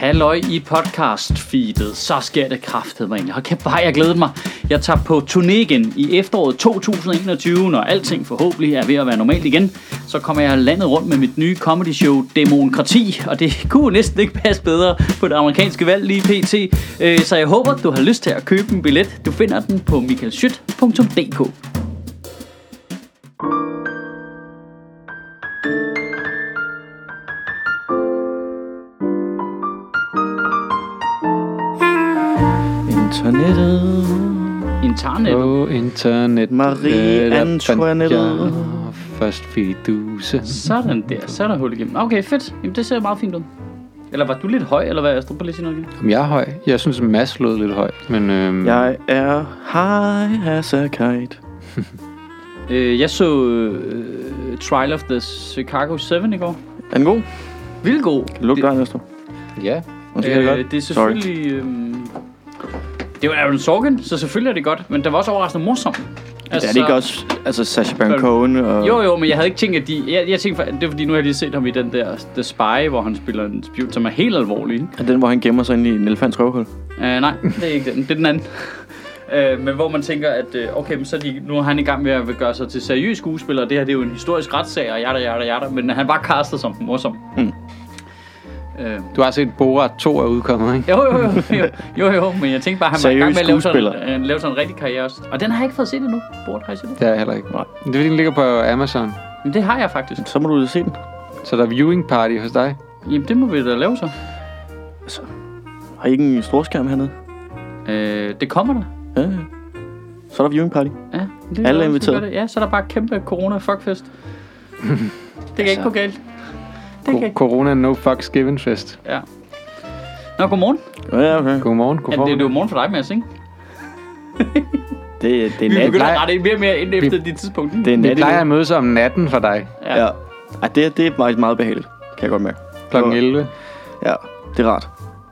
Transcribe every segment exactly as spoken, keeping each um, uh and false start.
Halløj i podcast-feedet, så sker det kraftedeme egentlig. Hold kæft, hvor har jeg glædet mig. Jeg tager på turné igen i efteråret to tusind enogtyve, når alting forhåbentlig er ved at være normalt igen. Så kommer jeg landet rundt med mit nye comedy show, Demokrati, og det kunne næsten ikke passe bedre på det amerikanske valg lige pt. Så jeg håber, du har lyst til at købe en billet. Du finder den på michael schødt punktum d k. Internettet. Internettet. På internet. Marie Antoinette. Først fiduse. Sådan der, så er der hul igennem. Okay, fedt. Jamen, det ser meget fint ud. Eller var du lidt høj, eller hvad? Jeg stod på lidt i noget igen. Jamen, jeg er høj. Jeg synes, Mads lød lidt høj, men... Øhm... Jeg er high as a kite. øh, jeg så uh, Trial of the Chicago syv i går. Er den god? Vildt god. Kan du lukke dig, Næstor? Ja. Måske er det godt. Øh, det er selvfølgelig... Øhm, det var Aaron Sorkin, så selvfølgelig er det godt. Men det var også overraskende morsomt. Altså, er det ikke også altså Sacha Baron Cohen og... Jo, jo, men jeg havde ikke tænkt, at de... Jeg, jeg tænkte, det er fordi, nu har jeg lige set ham i den der The Spy, hvor han spiller en spion, som er helt alvorlig. Er den, hvor han gemmer sig inde i en elefants røvhul? Uh, nej, det er ikke den. Det er den anden. uh, men hvor man tænker, at uh, okay, men så er de, nu er han i gang med at gøre sig til seriøs skuespiller. Det her, det er jo en historisk retssag, og jada, jada, jada. Men han var castet som morsom. Mm. Du har set Borat to er udkommet, ikke? Jo, jo, jo, jo, jo, jo, men jeg tænkte bare, at han var i gang med at lave sådan, uh, lave sådan en rigtig karriere også. Og den har jeg ikke fået set endnu, Borat, har I set det? Det har jeg heller ikke. Nej. Det er fordi, den ligger på Amazon. Men det har jeg faktisk. Så må du se den. Så der er viewing party hos dig? Jamen, det må vi da lave så. Altså, har I ikke en storskærm hernede? Øh, det kommer der. Ja, ja. Så er der viewing party. Ja, det alle er inviteret. Ja, så er der bare kæmpe corona-fuckfest. Det kan altså, ikke gå galt. Ko- corona no fucks given fest. Ja. Nå, godmorgen. Ja, okay. Godmorgen, godmorgen. Ja, det er jo morgen for dig, Mads, ikke? det, det er Vi nat. begynder at rette mere og mere ind efter dit tidspunkt. Det er Vi plejer at mødes om natten for dig. Ja. Ja. Ej, det, det er meget, meget behageligt. Kan jeg godt mærke. Klokken elleve. Ja, det er rart.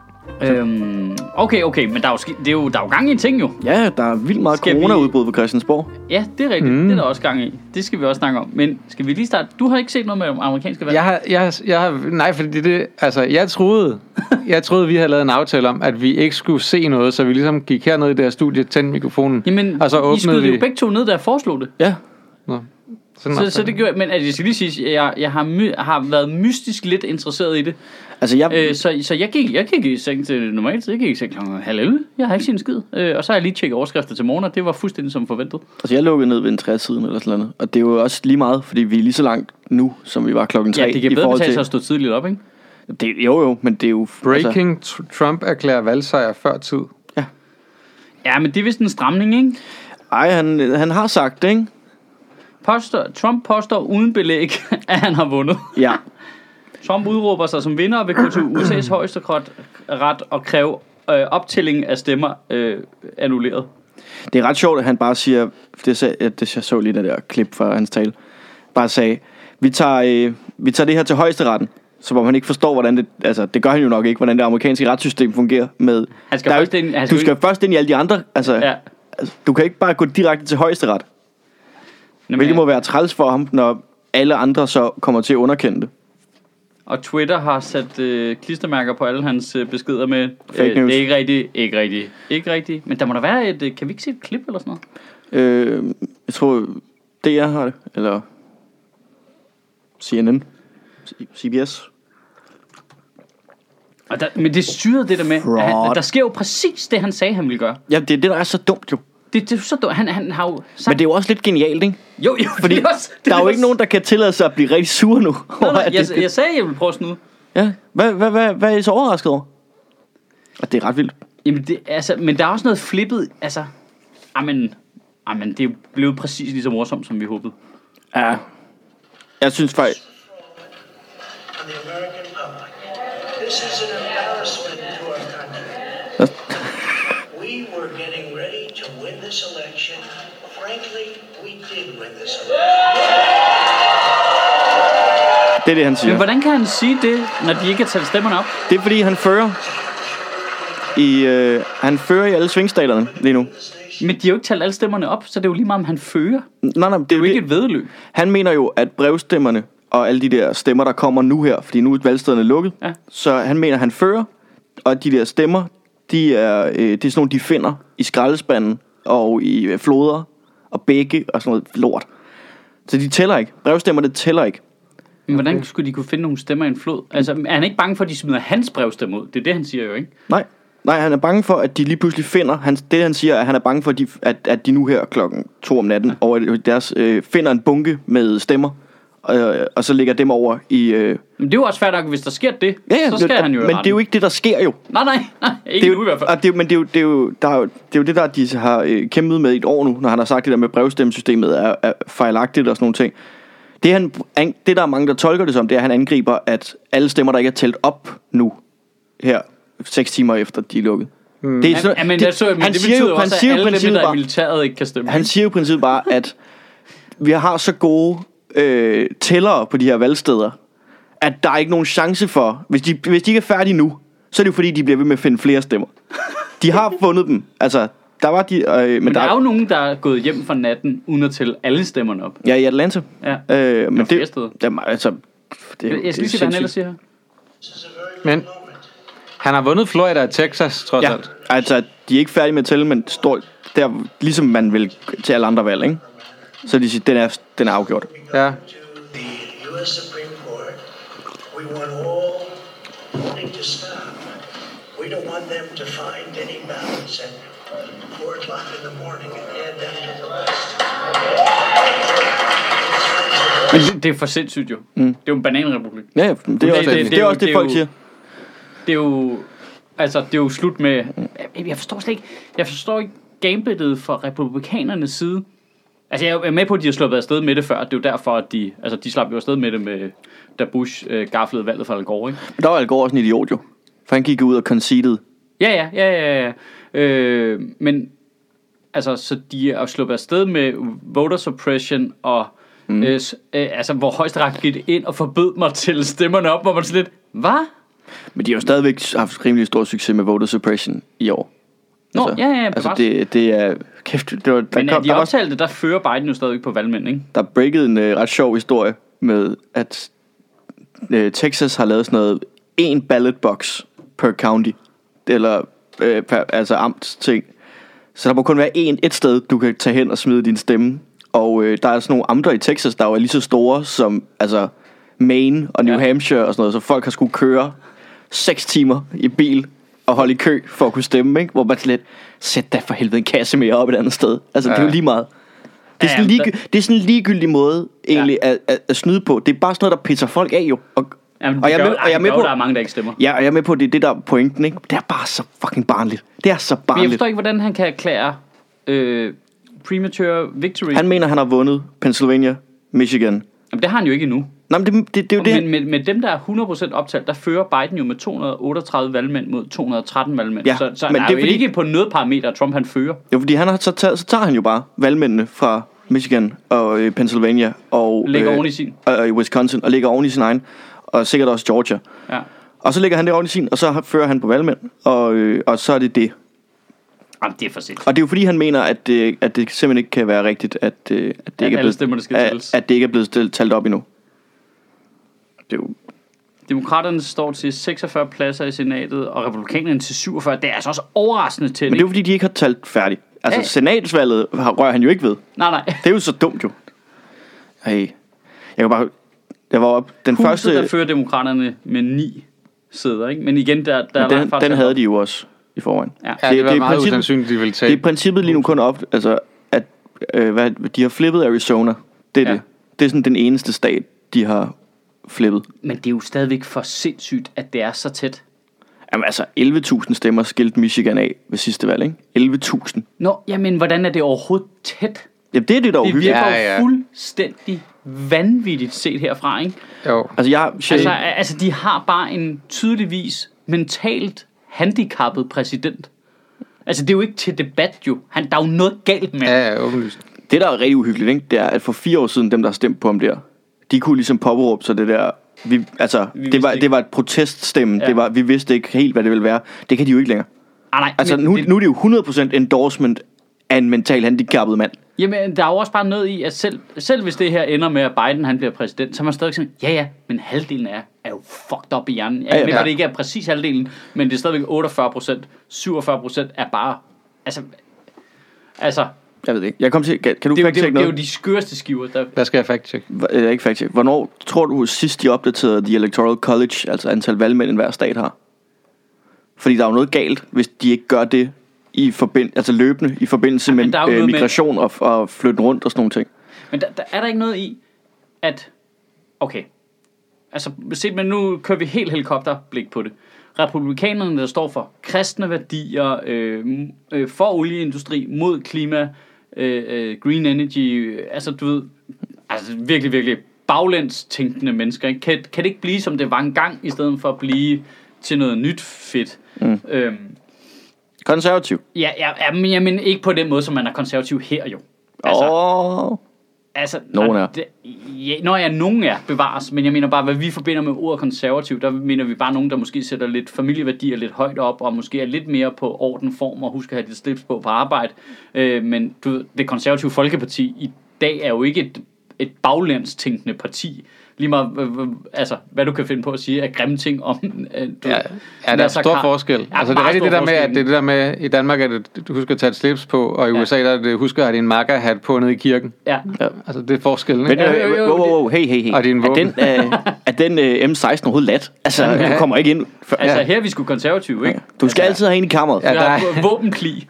Øhm, okay, okay, men der er, jo sk- det er jo, der er jo gang i en ting jo. Ja, der er vildt meget Skal corona-udbrud på Christiansborg. Ja, det er rigtigt. Mm. Det er der også gang i. Det skal vi også snakke om. Men skal vi lige starte? Du har ikke set noget med amerikanske valg? Jeg har, jeg, har, jeg har, nej, fordi det, altså, jeg troede, jeg troede, vi havde lavet en aftale om, at vi ikke skulle se noget, så vi ligesom gik herned i det her studie, tændte mikrofonen, Jamen, og så åbnede I skød vi. jo begge to ned, da jeg foreslog det. Ja. Nå. Så, så det gjorde, men altså, jeg skal lige sige, at jeg, jeg har, my, har været mystisk lidt interesseret i det. Altså, jeg... Øh, så, så jeg gik, jeg gik i seng til normalt tid. Jeg gik i seng klokken halv elleve. Jeg har ikke set en skid. Øh, og så har jeg lige tjekket overskrifter til morgen, og det var fuldstændig som forventet. Altså, jeg lukkede ned ved en tre-tiden eller sådan noget. Og det er jo også lige meget, fordi vi er lige så langt nu, som vi var klokken tre. Ja, det kan bedre betale sig at stå tidligt op, ikke? Det, jo, jo, men det er jo... Breaking, altså... Trump erklærer valgsejr før tid. Ja. Ja, men det er vist en stramning, ikke? Ej, han, han har sagt det, ikke? Poster, Trump påstår uden belæg, at han har vundet. Ja. Trump udråber sig som vinder og vil gå til U S A's højeste ret og kræve øh, optælling af stemmer øh, annulleret. Det er ret sjovt, at han bare siger, det, sag, det jeg så lige det der klip fra hans tale, bare sagde, vi tager, øh, vi tager det her til højesteretten, så hvor man ikke forstår, hvordan det, altså det gør han jo nok ikke, hvordan det amerikanske retssystem fungerer med, han skal først ind, han skal du skal ikke... først ind i alle de andre, altså, ja. altså du kan ikke bare gå direkte til højesteret, hvilket må være træls for ham, når alle andre så kommer til at underkende det. Og Twitter har sat øh, klistermærker på alle hans øh, beskeder med Fake øh, news. det er ikke rigtigt, ikke rigtigt, ikke rigtigt. Men der må der være et, øh, kan vi ikke se et klip eller sådan noget? Øh, jeg tror, D R har det, eller C N N, C B S. Og der, men det styrede det der med, at han, der sker jo præcis det, han sagde, han ville gøre. Ja, det er det, der er så dumt jo. Det, det er så dumt. Han, han har jo sagt... Men det er jo også lidt genialt, ikke? Jo, jo, fordi det er også, det der er jo også... ikke nogen, der kan tillade sig at blive rigtig sur nu. Nå, nej, jeg, det, jeg sagde, at jeg ville prøve at snyde. Ja, hvad, hvad, hvad, hvad er I så overrasket over? Og det er ret vildt. Jamen, det, altså, men der er også noget flippet, altså... Amen, amen, det er blevet præcis lige så morsomt, som vi håbede. Ja, jeg synes faktisk... The American public. This is an embarrassment to our country. We were getting ready to win this election. Frankly, we did win this election. Det er det, han siger. Men hvordan kan han sige det, når de ikke har talt stemmerne op? Det er fordi, han fører i, øh, han fører i alle svingstaterne lige nu. Men de har jo ikke talt alle stemmerne op, så det er jo lige meget, om han fører. Nej, nej, det er Det er jo ikke det. et væddeløb. Han mener jo, at brevstemmerne og alle de der stemmer, der kommer nu her, fordi nu er valgstederne lukket, Ja. så han mener, han fører. Og de der stemmer, de er, øh, det er sådan nogle, de finder i skraldespanden og i øh, floder og bække og sådan noget lort. Så de tæller ikke. Brevstemmer, det tæller ikke. Men hvordan skulle de kunne finde nogle stemmer i en flod? Altså, er han ikke bange for, at de smider hans brevstemmer ud? Det er det, han siger jo, ikke? Nej. Nej, han er bange for, at de lige pludselig finder, han, det han siger, at han er bange for, at de, at, at de nu her klokken to om natten, ja. over deres, øh, finder en bunke med stemmer, øh, og så lægger dem over i... Øh... Men det er jo også fair nok, hvis der sker det, ja, ja, så skal det, han jo... Men det er jo ikke det, der sker jo. Nej, nej, nej, ikke det er nu i hvert fald. Og det er, men det er, jo, det, er jo, der er jo, det er jo det, der de har øh, kæmpet med i et år nu, når han har sagt det der med brevstemmesystemet er, er fejlagtigt og sådan nogle ting. Det, han, det, der er mange, der tolker det som, det er, at han angriber, at alle stemmer, der ikke er talt op nu, her, seks timer efter, de er lukket. Hmm. Det, er sådan, ja, men, det, så, men det betyder jo også, at alle dem, der er i militæret, ikke kan stemme. Han siger jo i princippet bare, at vi har så gode øh, tællere på de her valgsteder, at der er ikke nogen chance for, hvis de, hvis de ikke er færdige nu, så er det jo fordi, de bliver ved med at finde flere stemmer. De har fundet dem. Altså, der var de... Øh, men, men der, der er jo nogen, der er gået hjem fra natten, uden at tælle alle stemmerne op. Ja, i Atlanta. Ja, øh, men det, det, det, altså, det, jeg skal lige se, hvad han ellers siger her. Men han har vundet Florida og Texas, trods ja, alt. altså, de er ikke færdige med at tælle, men står der, ligesom man vil til alle andre valg, ikke? Så de siger, den er, den er afgjort. Ja. The U S Supreme Court, we want all voting to stop. We don't want them to find any ballots at four o'clock in the morning and add them to the list. Men det, det er for sindssygt jo. Mm. Det er jo en bananrepublik. Ja, det er, det, også, det, det, det, det er også det, det folk jo, siger. Det er jo, altså, det er jo slut med... Jeg, jeg forstår slet ikke... Jeg forstår ikke gamebilledet fra republikanernes side. Altså, jeg er med på, at de har sluppet afsted med det før. Det er jo derfor, at de... Altså, de slap jo afsted med det, med, da Bush øh, gaflede valget for Al Gore, ikke? Men der var Al Gore også en idiot, jo. For han gik ud og conceded. Ja, ja, ja, ja, ja. Øh, men... Altså, så de er sluppet afsted med voter suppression og... Mm. Øh, øh, altså, hvor højesteret gik ind og forbød mig til stemmerne op, hvor man sådan lidt... Hvad? Men de har jo stadigvæk haft rimelig stor succes med voter suppression i år. Nå, altså, ja, ja, altså det, det er... Kæft, det var, der men kom, de optalte, der fører Biden jo stadigvæk på valgmænd, ikke? Der breakede en uh, ret sjov historie med, at uh, Texas har lavet sådan noget en ballot box per county. Eller uh, per, altså amtsting. Så der må kun være én, et sted, du kan tage hen og smide din stemme. Og uh, der er sådan nogle amter i Texas, der er lige så store som altså Maine og New ja. Hampshire og sådan noget. Så folk har skulle køre seks timer i bil og holde i kø for at kunne stemme, ikke? Hvor man slet, sæt da for helvede en kasse mere op et andet sted. Altså, ja. Det er jo lige meget. Det er sådan en lige, det er sådan en ligegyldig måde egentlig ja. at, at, at snyde på. Det er bare sådan noget, der pisser folk af jo. Og, Jamen, og jeg er med, og jeg er med på, der er mange, der ikke stemmer. Ja, og jeg er med på, det er det, der er pointen, ikke? Det er bare så fucking barnligt. Det er så barnligt. Men jeg forstår ikke, hvordan han kan erklære øh, premature victory. Han mener, han har vundet Pennsylvania, Michigan. Jamen, det har han jo ikke endnu. Nej, men det, det, det er jo det. Men med, med dem, der er hundrede procent optalt, der fører Biden jo med to hundrede og otteogtredive valgmænd mod to hundrede og tretten valgmænd. Ja, så så men er det er jo fordi, ikke på noget parameter, at Trump han fører. Jo, fordi han har så, taget, så tager han jo bare valgmændene fra Michigan og øh, Pennsylvania og lægger øh, oven i sin. Og øh, Wisconsin og lægger oven i sin egen. Og sikkert også Georgia. Ja. Og så lægger han det oven i sin, og så fører han på valgmænd. Og, øh, og så er det det. Jamen, det er for sindssygt. Og det er jo fordi han mener, at det, at det simpelthen ikke kan være rigtigt, at, øh, at, det, at ikke er blevet, stemmer, skal at, at det ikke er blevet talt op endnu. Det er jo... Demokraterne står til seksogfyrre pladser i senatet, og republikanerne til syvogfyrre. Det er altså også overraskende til. Men det er jo fordi, de ikke har talt færdigt. Altså, ja. Senatsvalget rører han jo ikke ved. Nej, nej. Det er jo så dumt jo. Hey. Jeg kan bare... Jeg var op... Den Huset, første... der fører demokraterne med ni sæder, ikke? Men igen, der, der Men er den, den havde de jo også i forvejen. Ja, ja det, det var det meget usandsynligt, de ville tage. Det er princippet lige nu kun op... Altså, at øh, hvad, de har flippet Arizona. Det er ja. det. Det er sådan den eneste stat, de har flippet. Men det er jo stadigvæk for sindssygt, at det er så tæt. Jamen altså, elleve tusind stemmer skilte Michigan af ved sidste valg, ikke? elleve tusind. Nå, jamen, hvordan er det overhovedet tæt? Jamen, det er det, der er det virker ja, ja. fuldstændig vanvittigt set herfra, ikke? Jo. Altså, jeg... Altså, altså, de har bare en tydeligvis mentalt handicappet præsident. Altså, det er jo ikke til debat, jo. Han, der er jo noget galt med. Ja, ja, åbenlyst. Det, der er rigtig uhyggeligt, ikke? Det er, at for fire år siden, dem, der har stemt på ham der, de kunne ligesom påberåbe sig det der... Vi, altså, vi det, var, det var et proteststemme. Ja. Det var, vi vidste ikke helt, hvad det ville være. Det kan de jo ikke længere. Ah, nej, altså, men, nu, det, nu er det jo hundrede procent endorsement af en mentalt handicappet mand. Jamen, der er jo også bare noget i, at selv, selv hvis det her ender med, at Biden han bliver præsident, så er man stadig sådan, ja ja, men halvdelen er, er jo fucked up i hjernen. Jeg ja, ja. ved, at det ikke er præcis halvdelen, men det er stadigvæk otteogfyrre procent, syvogfyrre procent er bare, altså, altså... Jeg ved ikke. Jeg kom til, kan, kan du det, fact-check det, noget? det er jo de skørste skiver, der... Hvad skal jeg fact-check? Øh, ikke fact-check. Hvornår tror du sidst, de opdaterede The Electoral College, altså antal valgmænd, hver stat har? Fordi der er jo noget galt, hvis de ikke gør det i forbind, altså løbende i forbindelse ja, med øh, migration med... og, og flytte rundt og sådan nogle ting. Men der, der er der ikke noget i, at... Okay. Altså, set, men nu kører vi helt helikopterblik på det. Republikanerne, der står for kristne værdier, øh, øh, for olieindustri, mod klima, øh, øh, green energy, øh, altså du ved, altså virkelig, virkelig baglæns tænkende mennesker. Ikke? Kan, kan det ikke blive, som det var engang, i stedet for at blive til noget nyt fedt? Mm. Øhm, konservativ? Ja, ja, men jeg mener ikke på den måde, som man er konservativ her jo. Altså, oh. altså nogen er. Det, ja, når jeg nogen er bevares, men jeg mener bare, hvad vi forbinder med ordet konservativ, der mener vi bare nogen, der måske sætter lidt familieværdier lidt højt op, og måske er lidt mere på orden, form, og husker at have dit slips på på arbejde. Øh, men du ved, det konservative Folkeparti i dag er jo ikke et, et baglandstænkende parti. Lige meget, altså, hvad du kan finde på at sige, er grimme ting om... Du, ja, ja, der er stor kar- forskel. Ja, altså, det er rigtigt det der med, at det er det der med, i Danmark er det, du husker at tage et slips på, og i ja. U S A der er det, husker at have din makkerhat på nede i kirken. Ja. ja. Altså, det er forskellen, ikke? Men, øh, wow, wow, wow, hey, hey, hey. Og din er den, øh, er den øh, M seksten overhovedet lat? Altså, ja. Du kommer ikke ind... For, altså, ja. her er vi sgu konservative, ikke? Du skal altså, altid have en i kammeret. Ja, der er våbenkli.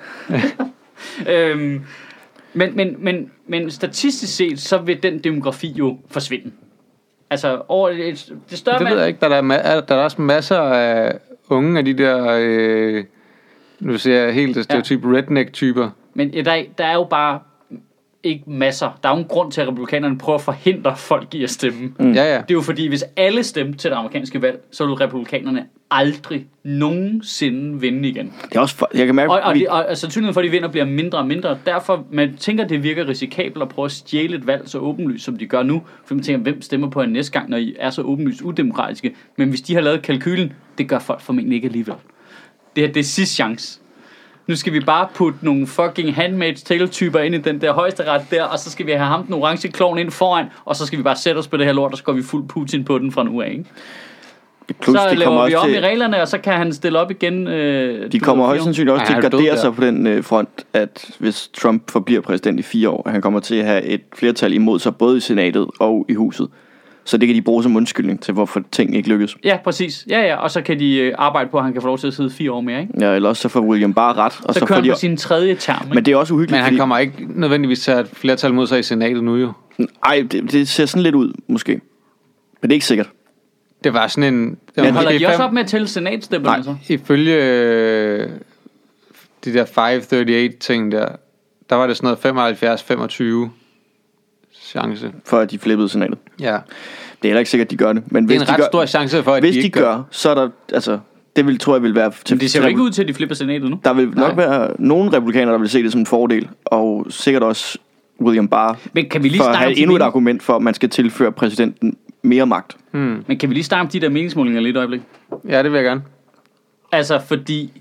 øhm, men, men, men, men statistisk set, så vil den demografi jo forsvinde. Altså, over et, det større... Det ved jeg ikke. Der er, der, der er også masser af unge af de der... Øh, nu ser jeg helt stereotype ja. redneck-typer. Men ja, der, der er jo bare ikke masser. Der er jo en grund til, at republikanerne prøver at forhindre folk i at stemme. Mm. Ja, ja. Det er jo fordi, hvis alle stemte til det amerikanske valg, så vil republikanerne aldrig nogensinde vinde igen. Det er også for, jeg kan mærke... Og, og, vi... og, og sandsynligheden for, at de vinder, bliver mindre og mindre. Derfor, man tænker, det virker risikabelt at prøve at stjæle et valg så åbenlyst, som de gør nu. For man tænker, hvem stemmer på en næste gang, når I er så åbenlyst udemokratiske. Men hvis de har lavet kalkylen, det gør folk formentlig ikke alligevel. Det her, det er sidste chance. Nu skal vi bare putte nogle fucking Handmaid's Tale-typer ind i den der højesteret der, og så skal vi have ham den orange klovn ind foran, og så skal vi bare sætte os på det her lort, og så går vi fuld Putin på den fra nu af, ikke? Plus, så laver vi om til... i reglerne, og så kan han stille op igen. Øh, de kommer højst sandsynligt også til at gardere sig på den øh, front, at hvis Trump forbliver præsident i fire år, at han kommer til at have et flertal imod sig, både i senatet og i huset. Så det kan de bruge som undskyldning til, hvorfor ting ikke lykkes. Ja, præcis. Ja, ja. Og så kan de øh, arbejde på, at han kan få lov til at sidde fire år mere, ikke? Ja, eller også så får William bare ret. Og så, så kører han de... på sin tredje term, ikke? Men det er også uhyggeligt, men han fordi... kommer ikke nødvendigvis til at have et flertal mod sig i senatet nu, jo. Nej, det, det ser sådan lidt ud, måske. Men det er ikke sikkert. Det var sådan en... Det var holder de også fem... op med at tælle senatstemmerne så? Ifølge øh, de der fem otteogtredive ting der, der var det sådan noget femoghalvfjerds femogtyve chance. For at de flippede senatet. Ja. Det er heller ikke sikkert, at de gør det. Men det er hvis en ret de gør, stor chance for, at hvis de ikke de gør, gør, så er der... Altså, det vil, tror jeg vil være... Til, men det ser jo ikke ud til, at de flipper senatet nu. Der vil nok Nej. være nogle republikanere, der vil se det som en fordel. Og sikkert også William Barr. Men kan vi lige for at have endnu et argument for, at man skal tilføre præsidenten mere magt. Hmm. Men kan vi lige starte med de der meningsmålinger lidt øjeblik? Ja, det vil jeg gerne. Altså, fordi...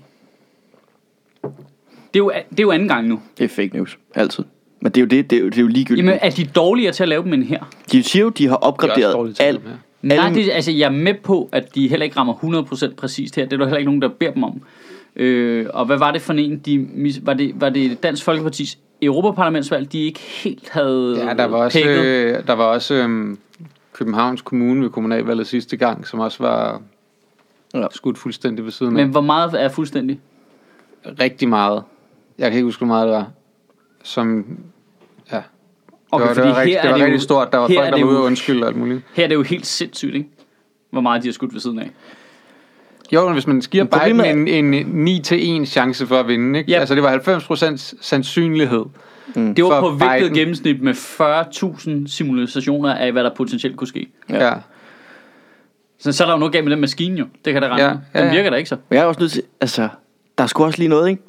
Det er jo, det er jo anden gang nu. Det er fake news. Altid. Men det er jo, det, det er jo, det er jo ligegyldigt. Jamen, er de dårligere til at lave dem end her? De siger jo, de har opgraderet alt. Nej, det, altså, jeg er med på, at de heller ikke rammer hundrede procent præcist her. Det er der heller ikke nogen, der beder dem om. Øh, og hvad var det for en? De, var, det, var det Dansk Folkepartis Europaparlamentsvalg, de ikke helt havde ja, der var også, øh, der var også øh, Københavns Kommune ved kommunalvalget sidste gang, som også var ja. skudt fuldstændig ved siden af. Men hvor meget er fuldstændig? Rigtig meget. Jeg kan ikke huske, hvor meget det var. Som, ja. Det okay, var, det var, rigtig, det var rigtig stort. Der var folk, der var ude og undskylde og alt muligt. Her er det jo helt sindssygt, ikke? Hvor meget de har skudt ved siden af. Jo, men hvis man giver Biden en, en ni til en chance for at vinde, ikke? Yep. Altså det var halvfems procent sandsynlighed. Mm. Det var på vægtet gennemsnit med fyrre tusind simulationer af, hvad der potentielt kunne ske. Ja. ja. Så, så er der jo noget galt med den maskine jo. Det kan da regne. Ja, ja, den virker ja. da ikke så. Men jeg er også nødt til, altså, der er sgu også lige noget, ikke?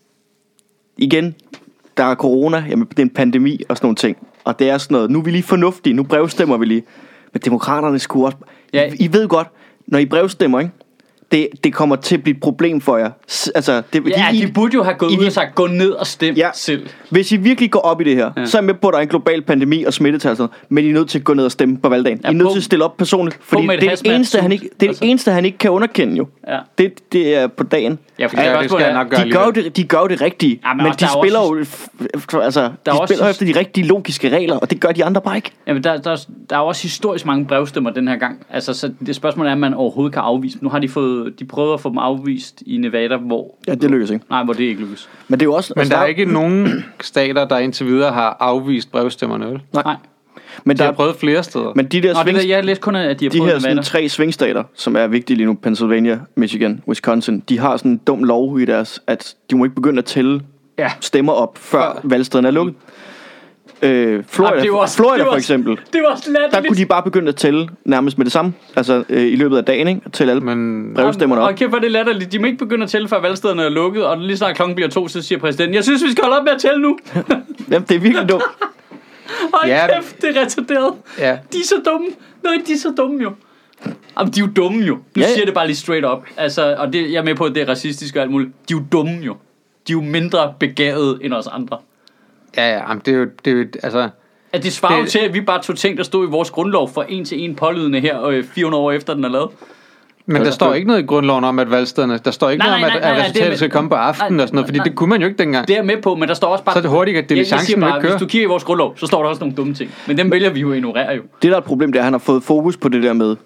Igen, der er corona, jamen det er en pandemi og sådan nogle ting. Og det er sådan noget, nu er vi lige fornuftige, nu brevstemmer vi lige. Men demokraterne skulle også, ja. I, I ved godt, når I brevstemmer, ikke? det, det kommer til at blive et problem for jer. S- altså, det, Ja, de, de burde jo have gået I- ud og sagt, gå ned og stem Ja. selv. Hvis I virkelig går op i det her, Ja. ja. så er jeg med på, at der er en global pandemi og smittetal og sådan noget, men I er nødt til at gå ned og stemme på valgdagen. Ja, I er nødt på- til at stille op personligt, fordi med et det er det, eneste, han ikke, det, er altså. det eneste, han ikke kan underkende jo. Ja. Det, det er på dagen. Ja, fordi Ja, ja, det skal jeg nok gøre De gør, jo alligevel. det, de gør jo det rigtige, Ja, men men, også- de der er spiller også- jo f- f- altså, Der de er også- spiller jo efter de rigtige logiske regler, og det gør de andre bare ikke. Jamen, der, der, der er jo også historisk mange brevstemmer den her gang. Altså, så det spørgsmål er, om man overhovedet kan afvise. Nu har de fået, de prøvet at få dem afvist i Nevada, hvor... Ja, det lykkes ikke. Nej, hvor det ikke lykkes. Men det er jo også... Men altså, der er ikke nogen stater, der indtil videre har afvist brevstemmerne, vel? Nej. Nej. Men, De der, har prøvet flere steder. men de der, Nå, det sving, der, jeg læste kun, at de har de prøvet her sådan, Nevada. tre svingstater, som er vigtige lige nu, Pennsylvania, Michigan, Wisconsin, de har sådan en dum lov i deres, at de må ikke begynde at tælle Ja. stemmer op, før valgstederne er lukket. Øh, Florida, Jamen, det var også- Florida det var for også- eksempel, Det var også der latterligt. kunne de bare begynde at tælle nærmest med det samme, altså øh, i løbet af dagen, ikke? Tælle alle Men brevstemmerne op. Og kæft, hvor er det latterligt. De må ikke begynde at tælle, før valgstederne er lukket, og lige snart klokken bliver to, så siger præsidenten, jeg synes, vi skal holde op med at tælle nu. Jamen, det er virkelig dumt. Hold Ja. kæft, det er retarderet. ja, De er så dumme. Nej, de er så dumme jo. Jamen, de er jo dumme jo. Nu Ja, ja, ja. siger jeg det bare lige straight up. Altså, og det, jeg er med på, at det er racistisk og alt muligt. De er jo dumme jo. De er jo mindre begavede end os andre. ja, ja, jamen, det er jo, det er jo, altså... At det svarer jo Det- til, at vi bare tog ting, der stod i vores grundlov for en til en pålydende her, øh, fire hundrede år efter den er lavet. Men der står ikke noget i grundloven om, at valgstederne... Der står ikke Nej, noget nej, om, at, nej, at nej, det er resultatet med- skal komme på aftenen nej, og sådan noget, fordi nej. det kunne man jo ikke dengang. Det er jeg med på, men der står også bare... Så er det hurtigt, at Jeg- jeg diligencen siger nu bare, ikke kører. Hvis du kigger i vores grundlov, så står der også nogle dumme ting. Men dem vælger vi jo at ignorere jo. Det der er et problem, det er, at han har fået fokus på det der med,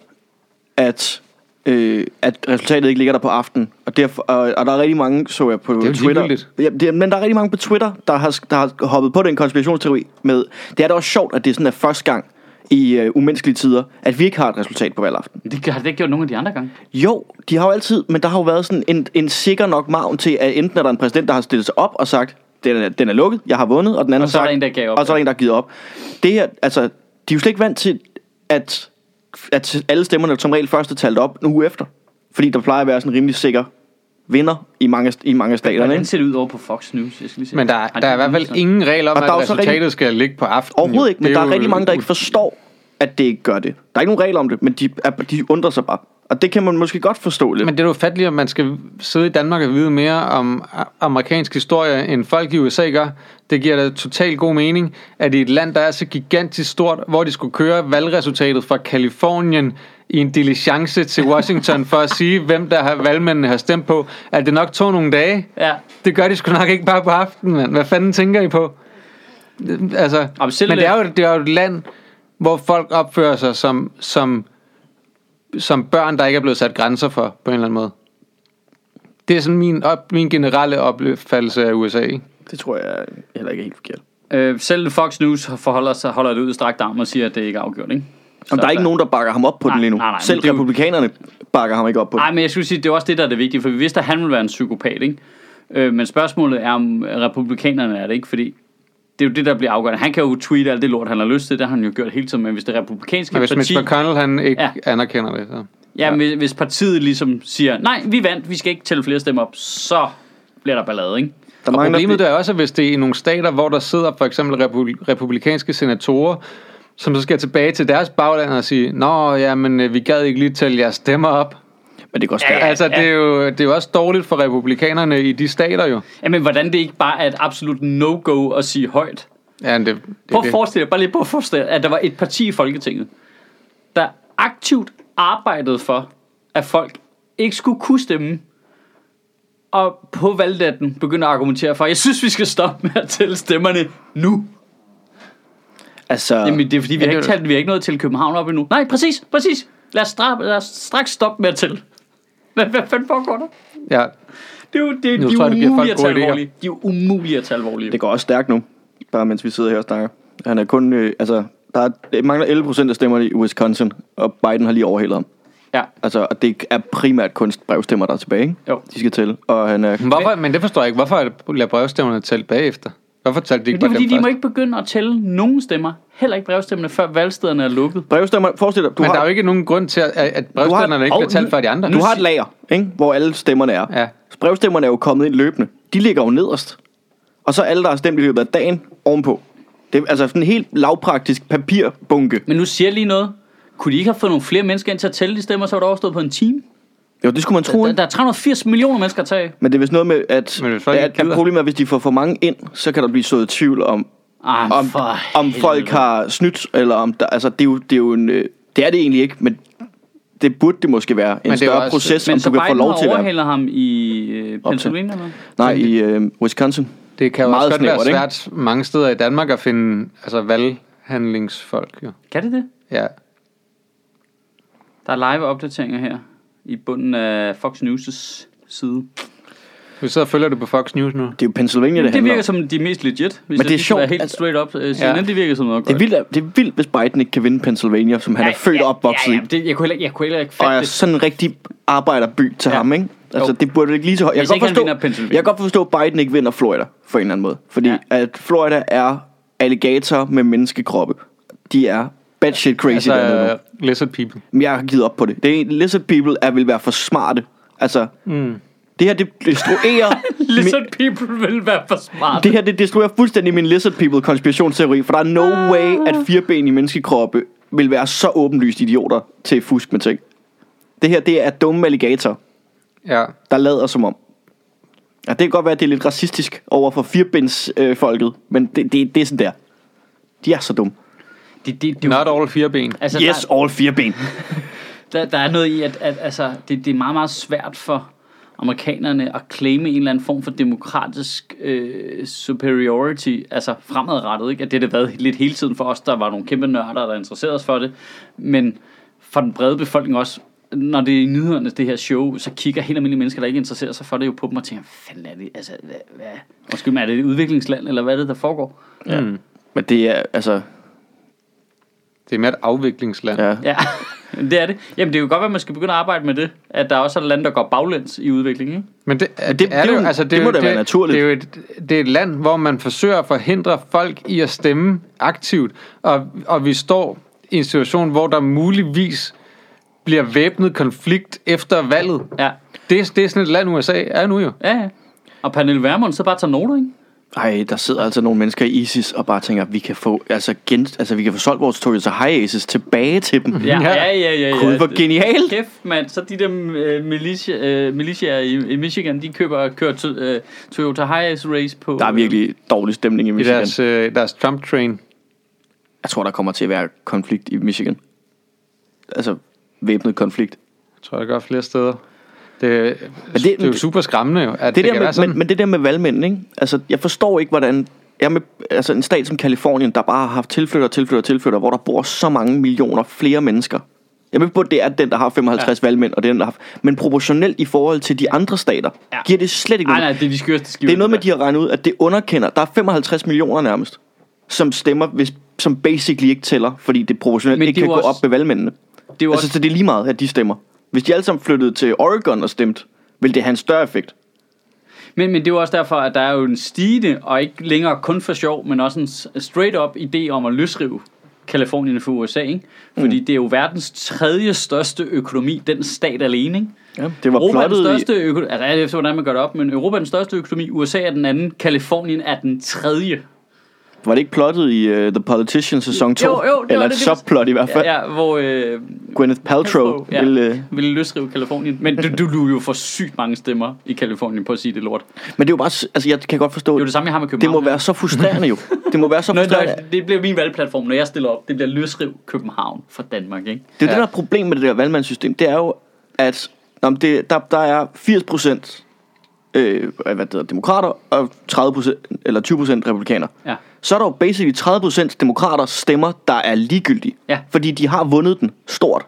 at, øh, at resultatet ikke ligger der på aften. Og, derfor, og, og der er rigtig mange, så jeg på jo Twitter. ligegyldigt. Ja, det, men der er rigtig mange på Twitter, der har, der har hoppet på den konspirationsteori med, det er da også sjovt, at det sådan er første gang i øh, umenneskelige tider, at vi ikke har et resultat på valgaften. Det har det ikke gjort nogen af de andre gange. Jo, de har jo altid, men der har jo været sådan en, en sikker nok margen til, at enten er der en præsident, der har stillet sig op og sagt, den er, den er lukket, jeg har vundet, og den anden Og så er har der sagt, en, der gav op. og så er der en, der har givet op. Det her, altså, de er jo slet ikke vant til, at, at alle stemmerne som regel først er talt op en uge efter. Fordi der plejer at være sådan en rimelig sikker vinder i mange, i mange af staterne. Hvordan Ikke? ser det ud over på Fox News? Jeg skal lige se. Men der, Har der de er i hvert vist fald ingen regler om, Og at der er jo så resultatet rigtig- skal ligge på aftenen. Overhovedet jo. ikke, men Det der er jo rigtig mange, der ikke u- forstår, at det ikke gør det. Der er ikke nogen regler om det, men de, er, de undrer sig bare. Og det kan man måske godt forstå lidt. Men det er jo fattigt, at man skal sidde i Danmark og vide mere om a- amerikansk historie, end folk i U S A gør. Det giver da totalt god mening, at i et land, der er så gigantisk stort, hvor de skulle køre valgresultatet fra Kalifornien i en diligence til Washington for at sige, hvem der har valgmændene har stemt på, at det nok tog nogle dage. Ja. Det gør de sgu nok ikke bare på aftenen, mand. Hvad fanden tænker I på? Altså, Jamen, selv men det er, det- jo, det er jo et land, hvor folk opfører sig som, som, som børn, der ikke er blevet sat grænser for, på en eller anden måde. Det er sådan min, op, min generelle opfattelse af U S A, ikke? Det tror jeg heller ikke er helt forkert. Øh, selv Fox News forholder sig, holder det ud i strakt arm og siger, at det ikke er afgjort, ikke? Og der er ikke nogen, der bakker ham op på Nej, den lige nu. nej, nej, Selv men det er jo- republikanerne bakker ham ikke op på den. Nej, men jeg skulle sige, det er også det, der er det vigtige, for vi vidste, at han ville være en psykopat, ikke? Øh, men spørgsmålet er, om republikanerne er det, ikke? Fordi det er jo det, der bliver afgørende. Han kan jo tweete alt det lort, han har lyst til, det har han jo gjort hele tiden, men hvis det republikanske Og hvis parti... Mitch McConnell han ikke Ja. ja. anerkender det, så... Ja, men hvis partiet ligesom siger, nej, vi vandt, vi skal ikke tælle flere stemmer op, så bliver der ballade, ikke? Der Og mangler problemet er også, at hvis det er i nogle stater, hvor der sidder for eksempel repu- republikanske senatorer, som så skal tilbage til deres bagland og sige, nå, ja, men øh, vi gad ikke lige tælle jeres stemmer op. Men det går Ja, stærkt. ja. Altså, det er, jo, det er jo også dårligt for republikanerne i de stater jo. Jamen, hvordan det ikke bare er et absolut no-go at sige højt. Ja, det, det, Prøv at det. forestille dig, bare lige prøv at forestille dig, at der var et parti i Folketinget, der aktivt arbejdede for, at folk ikke skulle kunne stemme, og på valgdagen begyndte at argumentere for, jeg synes, vi skal stoppe med at tælle stemmerne nu. Altså, Jamen, det er fordi, vi Ja, har det ikke er- talt, vi har ikke nået til København op endnu. Nej, præcis, præcis. Lad os, stra- lad os straks stoppe med at tælle. Hvad, hvad fanden foregår der? Ja, Det er jo, det, er, Nu de er tror jeg, det giver umulige folk at tage gode idéer. alvorligt. De er jo umulige at tage alvorligt. det går også stærkt nu. Bare mens vi sidder her og snakker. Han er kun, øh, altså, der er, det mangler elleve procent af stemmerne i Wisconsin, og Biden har lige overhældet ham. Ja. Altså, og det er primært kun brevstemmer, der er tilbage, ikke? Jo. De skal tælle. Og han er... hvorfor, men det forstår jeg ikke. Hvorfor er det lader brevstemmerne tælle bagefter? Hvorfor talte de ikke Men det er bare fordi, dem de må først? ikke begynde at tælle nogen stemmer. Heller ikke brevstemmerne, før valgstederne er lukket. Brevstemmer, forestil dig, du Men har... der er jo ikke nogen grund til, at, at brevstemmerne ikke Hov, bliver talt før de andre. Du har et lager, ikke? Hvor alle stemmerne er. Ja. Brevstemmerne er jo kommet ind løbende. De ligger jo nederst. Og så alle, der har stemt i løbet af dagen, ovenpå. Det er altså sådan en helt lavpraktisk papirbunke. Men nu siger jeg lige noget. Kunne de ikke have fået nogle flere mennesker ind til at tælle de stemmer, så var det overstået på en time? Jo, det skulle man tro, Der, ikke? der er tre hundrede og firs millioner mennesker at tage. Men det er vist noget med, at, Men hvis folk ikke at, at gider. problemet er, at hvis de får for mange ind, så kan der blive sået tvivl om, Ah, om, for om helvede. folk har snydt, eller om der, altså det er jo, det er jo en, øh, det er det egentlig ikke, men det burde det måske være en det er større jo også- proces, Men om så du kan få Biden lov til at være. overhælder ham i øh, Pennsylvania, eller? Nej, i øh, Wisconsin. Det kan jo Meget også godt være snævert, ikke? svært mange steder i Danmark at finde altså valghandlingsfolk. Jo. Kan det det? Ja. Der er live opdateringer her i bunden af Fox News' side. Vi sidder og følger det på Fox News nu. Det er jo Pennsylvania, det, Det handler virker om. som de mest legit, hvis Men det er skal sjovt, være helt altså- straight up. Uh, C N N, Ja. det virker som noget Det er, godt. vildt, det er vildt, hvis Biden ikke kan vinde Pennsylvania, som han er født og opvokset ja, i. ja, det, jeg, kunne heller, jeg kunne heller ikke Og fatte er det. sådan en rigtig arbejderby til Ja. ham, ikke? Altså, Jo. det burde ikke lige så højt. Jeg Hvis kan ikke godt han forstå, vinder Pennsylvania. jeg kan godt forstå, at Biden ikke vinder Florida, for en eller anden måde. Fordi Ja. at Florida er alligator med menneskekroppe. De er bad shit crazy Altså, dernede nu. uh, lizard people. Men jeg har givet op på det. Det er, lizard people er, vil være for smarte. Altså, mm. det her, det destruerer... Lizard people vil være for smart. Det her, det destruerer fuldstændig min lizard people konspirationsteori, for der er no way, at fireben i menneskekroppe vil være så åbenlyst idioter til fusk med ting. Det her, det er dumme alligator, Ja. der lader som om. Ja, det kan godt være, at det er lidt racistisk over for firebens øh, folket, men det, det, det er sådan der. De er så dumme. Det, det, det, Not all fire ben. altså, Yes, der, all fireben. der, der er noget i, at, at altså, det, det er meget, meget svært for amerikanerne at claime en eller anden form for demokratisk øh, superiority, altså fremadrettet, ikke? At det har det været lidt hele tiden for os, der var nogle kæmpe nørder, der interesserede os for det, men for den brede befolkning også, når det er i nyhederne, det her show, så kigger helt almindelige mennesker, der ikke interesserer sig for det, jo på dem og tænker, hvad fanden er det, altså, hvad, hvad, undskyld mig, er det et udviklingsland, eller hvad er det, der foregår? Ja. Mm. Men det er, altså... Det er mere et afviklingsland. Ja. Ja, det er det. Jamen, det kan jo godt være, at man skal begynde at arbejde med det, at der også er lande, der går baglæns i udviklingen, ikke? Men det, det- det, er det er det, jo, jo- altså, det er må jo- da være naturligt. Det er jo et, det er et land, hvor man forsøger at forhindre folk i at stemme aktivt, og, og vi står i en situation, hvor der muligvis bliver væbnet konflikt efter valget. Ja, Det, det er sådan et land, U S A er nu jo. ja, ja. Og Pernille Vermund så bare tager noter, ikke? Ej, der sidder altså nogle mennesker i ISIS og bare tænker, vi kan få, altså, gen, altså vi kan få solgt vores Toyota Hiaces tilbage til dem. Ja, ja, ja, ja. ja. Gud, hvor genialt. Kæft, mand. Så de der uh, militia, uh, militiaer i, i Michigan, de køber kører to, uh, Toyota Hiace race på... Der er virkelig dårlig stemning i I Michigan. deres, øh, deres Trump-train. Jeg tror, der kommer til at være konflikt i Michigan. Altså, væbnet konflikt. Jeg tror, der gør flere steder. Det, det, det- det er jo super skræmmende jo, at det, Det det der kan være med, sådan. men, men det der med valgmænd, ikke? Altså, jeg forstår ikke, hvordan... Jeg er med, altså, en stat som Kalifornien, der bare har haft tilflytter, tilflytter, tilflytter, hvor der bor så mange millioner flere mennesker. Jeg er med på, at det er den, der har femoghalvtreds ja. valgmænd, og det er den, der har... Men proportionelt i forhold til de andre stater, Ja. ja. giver det slet ikke Nej, noget. nej, det er de skørste skiver. Det er noget med, at de har regnet ud, at det underkender... Der er femoghalvtreds millioner nærmest, som stemmer, hvis, som basically ikke tæller, fordi det proportionelt Men ikke det er kan jo gå også- op med valgmændene. Det er jo Altså, også, så det er lige meget, at de stemmer. Hvis de alle sammen flyttede til Oregon og stemte, vil det have en større effekt. men, men det er jo også derfor, at der er jo en stigende, og ikke længere kun for sjov, men også en s- straight up idé om at løsrive Kalifornien fra U S A, ikke? Fordi mm. det er jo verdens tredje største økonomi, den stat alene, ikke? Ja, det var Europa er den plottet i... største økonomi, altså alt efter hvordan man gør det op, men Europa er den største økonomi, U S A er den anden, Kalifornien er den tredje. Var det ikke plottet i uh, The Politician sæson to? Jo, jo, det var Eller det, et det var- subplot i hvert fald. Ja, ja hvor øh, Gwyneth Paltrow ja, ville... Uh... ville løsrive Kalifornien. Men du, du, du jo får sygt mange stemmer i Kalifornien på at sige det lort. Men det er jo bare... s- Altså, jeg kan godt forstå... Det er jo det samme, jeg har med det København. må være så frustrerende jo. Det må være så Nå, frustrerende. nej, det bliver min valgplatform, når jeg stiller op. Det bliver løsriv København fra Danmark, ikke? Det er jo Ja. det, der er problem med det der valgmandssystem. Det er jo, at nå, men det, der, der er firs procent øh, hvad det hedder, demokrater og tredive procent eller tyve procent republikaner. Ja. Så er der jo basically tredive procent demokrater stemmer, der er ligegyldige. Ja. Fordi de har vundet den stort.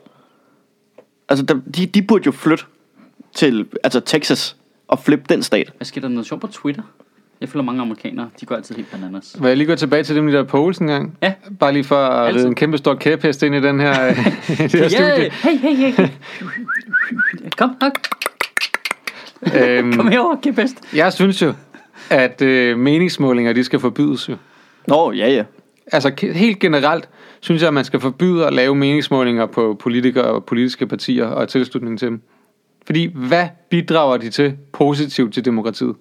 Altså, der, de, de burde jo flytte til altså Texas og flippe den stat. Hvad sker der noget sjovt på Twitter? Jeg føler mange amerikanere, de går altid helt bananas. Vil jeg lige gå tilbage til dem i der polls en gang? Ja. Bare lige for at Altid. ride en kæmpe stor kæphest ind i den her, i det her studie. Ja, hey, hey, hey, hey. Kom, kom, Øhm, kom herover, kæphest. jeg synes jo, at øh, meningsmålinger, de skal forbydes jo. Nå, ja, ja. Altså ke- helt generelt synes jeg, at man skal forbyde at lave meningsmålinger på politikere og politiske partier og tilslutning til dem. Fordi hvad bidrager de til positivt til demokratiet?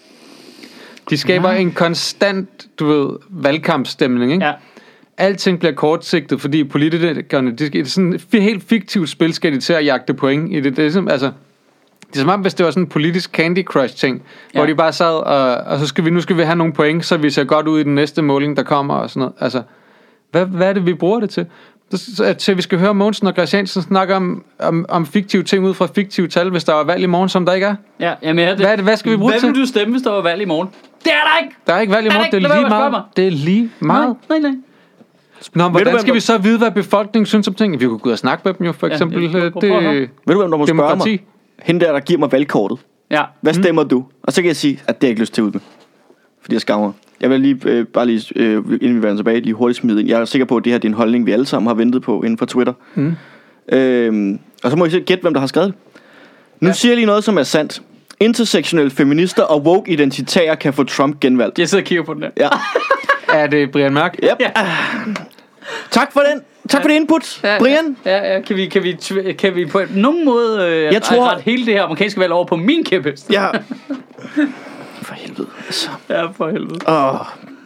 De skaber Ja. en konstant, du ved, valgkampstemning, ikke? Ja. Alting bliver kortsigtet, fordi politikerne, de skal, det er sådan et fi- helt fiktivt spil, skal de til at jagte point i det. Det er ligesom, altså, Det er som om, hvis det var sådan en politisk Candy Crush ting, ja. Hvor de bare sad, og, og så skal vi, nu skal vi have nogle point, så vi ser godt ud i den næste måling, der kommer og sådan noget. Altså, hvad, hvad er det, vi bruger det til? Så, til vi skal høre Mogensen og Christiansen snakke om, om, om fiktive ting ud fra fiktive tal, hvis der var valg i morgen, som der ikke er. Ja, jamen, det, hvad, er det, hvad skal vi bruge hvad til? Hvad vil du stemme, hvis der var valg i morgen? Det er der ikke! Der er ikke valg i morgen, det er, det er lige meget. Det er lige meget. Nej, nej, nej. Nå, hvordan skal vi så vide, hvad befolkningen synes om ting? Vi kunne gå ud og snakke med dem jo, for eksempel. Ja, det, det, ved du, hvem der må spørge mig? Hende der, der giver mig valgkortet. Ja. Hvad stemmer mm. du? Og så kan jeg sige, at det er jeg ikke lyst til ud med. Fordi jeg skammer. Jeg vil lige, øh, bare lige, øh, inden vi vender tilbage, lige hurtigt smide ind. Jeg er sikker på, at det her det er en holdning, vi alle sammen har ventet på inden for Twitter. Mm. Øhm, og så må I så gætte, hvem der har skrevet det. Nu ja. siger jeg lige noget, som er sandt. Intersektionelle feminister og woke-identitære kan få Trump genvalgt. Jeg sidder og kigger på den der. Ja. Er det Brian Mørk? Yep. Ja. Tak for den. Tak ja. for det input, ja, Brian. Ja, ja. Kan vi, kan vi, kan vi på nogen måde øh, jeg tror, ret hele det her amerikanske valg over på min kæphest? Ja. For helvede. Altså. Ja, for helvede. Åh.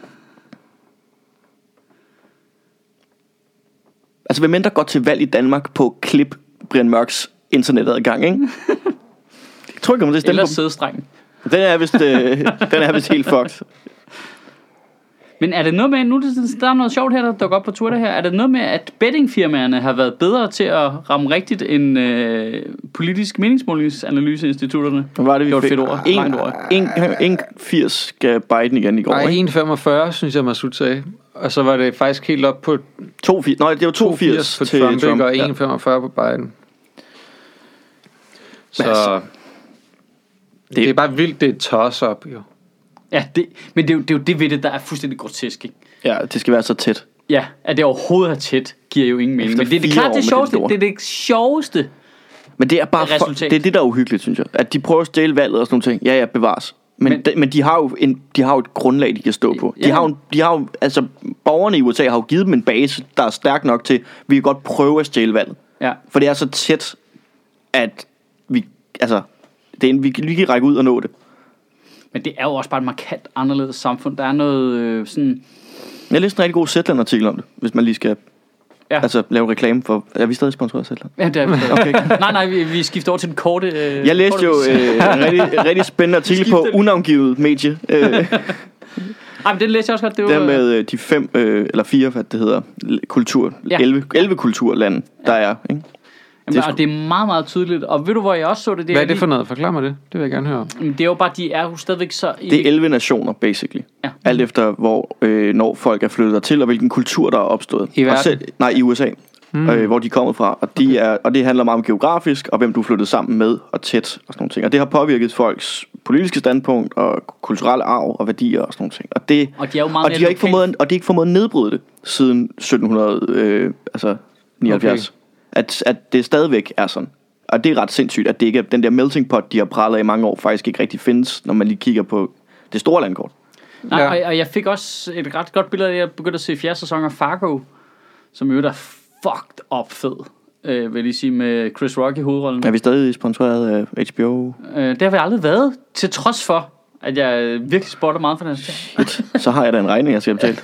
Altså, hvem mindre går til valg i Danmark på klip Brian Mørks internetadgang, ikke? Jeg tror ikke, om det stemmer. Eller sædestrengen. Den er vist, øh, den er vist helt fucked. Men er det noget med, nu der er noget sjovt her, der dukker op på Twitter her, er det noget med, at bettingfirmaerne har været bedre til at ramme rigtigt end øh, politisk meningsmålingsanalyseinstitutterne? Hvad var det, vi det var fik? Et fedt ord. en komma firs skal Biden igen i går. Nej, en komma femogfyrre, synes jeg, Masud sagde. Og så var det faktisk helt op på to komma firs. Nej, det var to komma firs på til Trump, Trump. Og en komma femogfyrre på Biden. Så altså, det, det er bare vildt, det er toss op, jo. Ja, det, men det er, jo, det er jo det ved det, der er fuldstændig grotesk, ikke? Ja, det skal være så tæt. Ja, at det overhovedet er tæt, giver jo ingen mening. Efter Men det, det er klart det sjoveste. Det, det er det sjoveste. Men det er bare for, det er det, der er uhyggeligt, synes jeg. At de prøver at stjæle valget og sådan nogle ting. Ja, ja, bevares. Men, men, de, men de, har jo en, de har jo et grundlag, de kan stå på. De, ja. har jo, de har jo, altså, borgerne i U S A har jo givet dem en base, der er stærk nok til, vi kan godt prøve at stjæle valget. Ja. For det er så tæt, at vi, altså, det er en, vi, vi kan række ud og nå det. Men det er jo også bare et markant anderledes samfund. Der er noget øh, sådan... Jeg læste en rigtig god Zetland-artikel om det, hvis man lige skal ja. altså, lave reklame for... Er vi stadig sponsoreret af Zetland? Ja, det er vi. Okay. nej, nej, vi, vi skifter over til den korte... Øh, jeg læste jo øh, en rigtig, rigtig spændende artikel på unavngivet medie. Øh. Ej, men den læste jeg også godt. Det var... Der med øh, de fem, øh, eller fire, hvad det hedder, kultur... Ja. elleve, elleve kulturlande, der ja. er, ikke? Jamen, det, er og det er meget, meget tydeligt. Og ved du, hvor jeg også så det? det Hvad er det for noget? Forklar mig det. Det vil jeg gerne høre. Jamen, det er jo bare, de er jo stadigvæk så... I... Det er elleve nationer, basically. Ja. Alt efter, hvor øh, når folk er flyttet til, og hvilken kultur, der er opstået. I verden? Selv, nej, i U S A. Mm. Øh, hvor de er kommet fra. Og, de okay. er, og det handler meget om geografisk, og hvem du er flyttet sammen med, og tæt, og sådan nogle ting. Og det har påvirket folks politiske standpunkt, og kulturelle arv, og værdier, og sådan nogle ting. Og, det, og de, er jo meget og de har ikke formået, og de har ikke formået at nedbryde det, siden sytten hundrede, øh, altså nioghalvfjerds. Okay. At, at det stadigvæk er sådan. Og det er ret sindssygt, at det ikke er, den der melting pot, de har prallet i mange år, faktisk ikke rigtig findes, når man lige kigger på det store landkort. Nej, ja. og, og jeg fik også et ret godt billede af, jeg begyndte at se fjerde sæson af Fargo, som jo er fucked up fed, øh, vil jeg lige sige, med Chris Rock i hovedrollen. Er vi stadig sponsoreret af H B O? Øh, det har vi aldrig været, til trods for, at jeg virkelig spotter meget for den her. Så har jeg da en regning, jeg skal betale.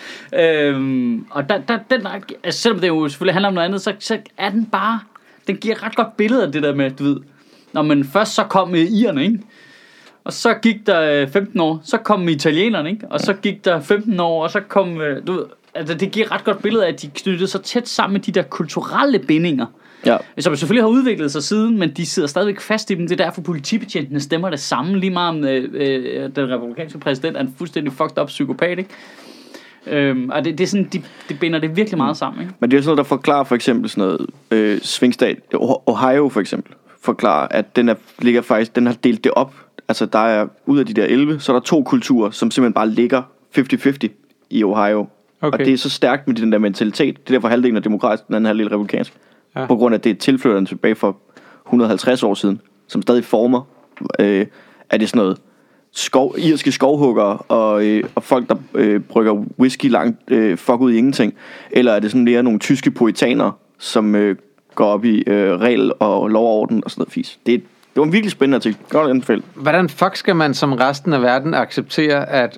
øhm, og der, der, den, altså selvom det jo selvfølgelig handler om noget andet, så, så er den bare... Den giver ret godt billede af det der med, du ved, når man først så kom irerne, ikke? Og så gik der femten år, så kom italienerne, ikke? Og så gik der femten år, og så kom, du ved, altså det giver ret godt billede af, at de knyttede så tæt sammen med de der kulturelle bindinger. Ja. Som selvfølgelig har udviklet sig siden, men de sidder stadigvæk fast i dem. Det er derfor politibetjentene stemmer det samme, lige meget om øh, øh, den republikanske præsident er en fuldstændig fucked up psykopat, ikke? Øhm, og det, det er sådan, de, de binder det virkelig meget sammen, ikke? Men det er sådan noget, der forklarer for eksempel sådan noget øh, svingstat, Ohio for eksempel, forklarer, at den er, ligger faktisk, den har delt det op. Altså der er, ud af de der elleve, så er der to kulturer, som simpelthen bare ligger halvtreds halvtreds i Ohio. Okay. Og det er så stærkt med den der mentalitet. Det er derfor halvdelen er demokratisk, den anden halvdelen er republikansk. Ja. På grund af, at det er tilflytterne tilbage for et hundrede og halvtreds år siden, som stadig former, øh, er det sådan noget skov, irske skovhuggere og, øh, og folk, der øh, brygger whisky langt øh, fuck ud i ingenting. Eller er det sådan mere nogle tyske puritanere, som øh, går op i øh, regel og lov og orden og sådan noget fis. Det, det var en virkelig spændende artikel. Godt anbefale. Hvordan fuck skal man som resten af verden acceptere, at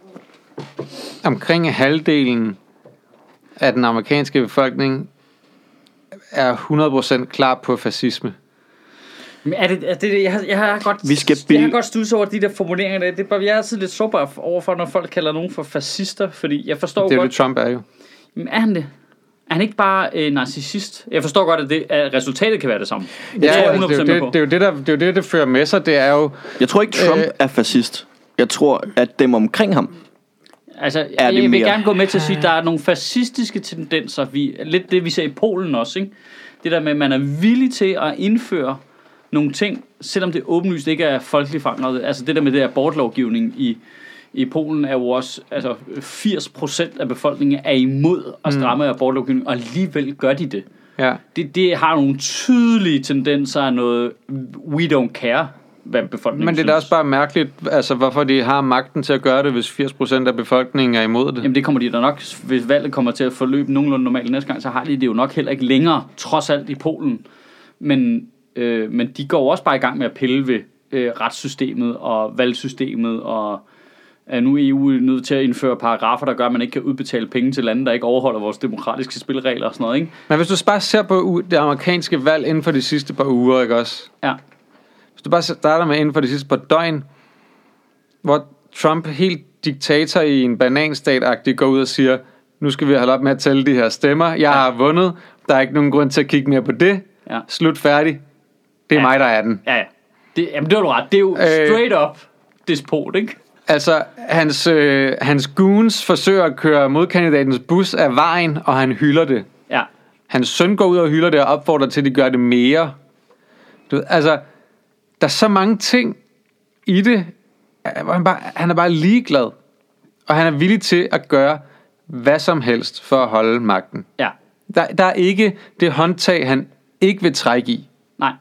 omkring halvdelen af den amerikanske befolkning er hundrede procent klar på fascisme? Men er det, er det, jeg, har, jeg har godt, Vi skal jeg har be- godt studset over de der formuleringer. Det er bare, jeg er altid lidt sårbar overfor, når folk kalder nogen for fascister, fordi jeg forstår Det er jo godt... det, Trump er jo. Men er han det? Er han ikke bare øh, narcissist? Jeg forstår godt, at, det, at resultatet kan være det samme. Det Ja, tror jeg ja, hundrede det, er procent jo på. det, det, er jo det, der, det er jo det, det fører med sig. Det er jo... Jeg tror ikke, Trump Øh. er fascist. Jeg tror, at dem omkring ham... Altså, Er det jeg vil mere? gerne gå med til at sige, at der er nogle fascistiske tendenser. Vi, lidt det, vi ser i Polen også. Ikke? Det der med, at man er villig til at indføre nogle ting, selvom det åbenlyst ikke er folkeligt forankret. Altså det der med det abortlovgivning i, i Polen er jo også, altså firs procent af befolkningen er imod at stramme mm. abortlovgivning, og alligevel gør de det. Ja. Det, det har nogle tydelige tendenser af noget we don't care, hvad befolkningen Men det er da synes. også bare mærkeligt, altså hvorfor de har magten til at gøre det, hvis firs procent af befolkningen er imod det. Jamen det kommer de da nok, hvis valget kommer til at forløbe nogenlunde normalt næste gang, så har de det jo nok heller ikke længere, trods alt i Polen. Men, øh, men de går også bare i gang med at pille ved øh, retssystemet og valgsystemet, og er nu E U nødt til at indføre paragrafer, der gør, at man ikke kan udbetale penge til lande, der ikke overholder vores demokratiske spilleregler og sådan noget, ikke? Men hvis du bare ser på det amerikanske valg inden for de sidste par uger, ikke også? Ja. Hvis du bare starter med inden for de sidste par døgn, hvor Trump helt diktator i en bananstat-agtig går ud og siger, nu skal vi holde op med at tælle de her stemmer. Jeg ja. har vundet. Der er ikke nogen grund til at kigge mere på det. Ja. Slut færdig. Det er Ja. mig, der er den. Ja, ja. Det, jamen det var du ret. Det er jo Øh. straight up despot, ikke? Altså, hans, øh, hans goons forsøger at køre modkandidatens bus af vejen, og han hylder det. Ja. Hans søn går ud og hylder det og opfordrer til, at de gør det mere. Du ved, altså, der er så mange ting i det, hvor han, bare, han er bare ligeglad. Og han er villig til at gøre hvad som helst for at holde magten. Ja. Der, der er ikke det håndtag, han ikke vil trække i. Nej.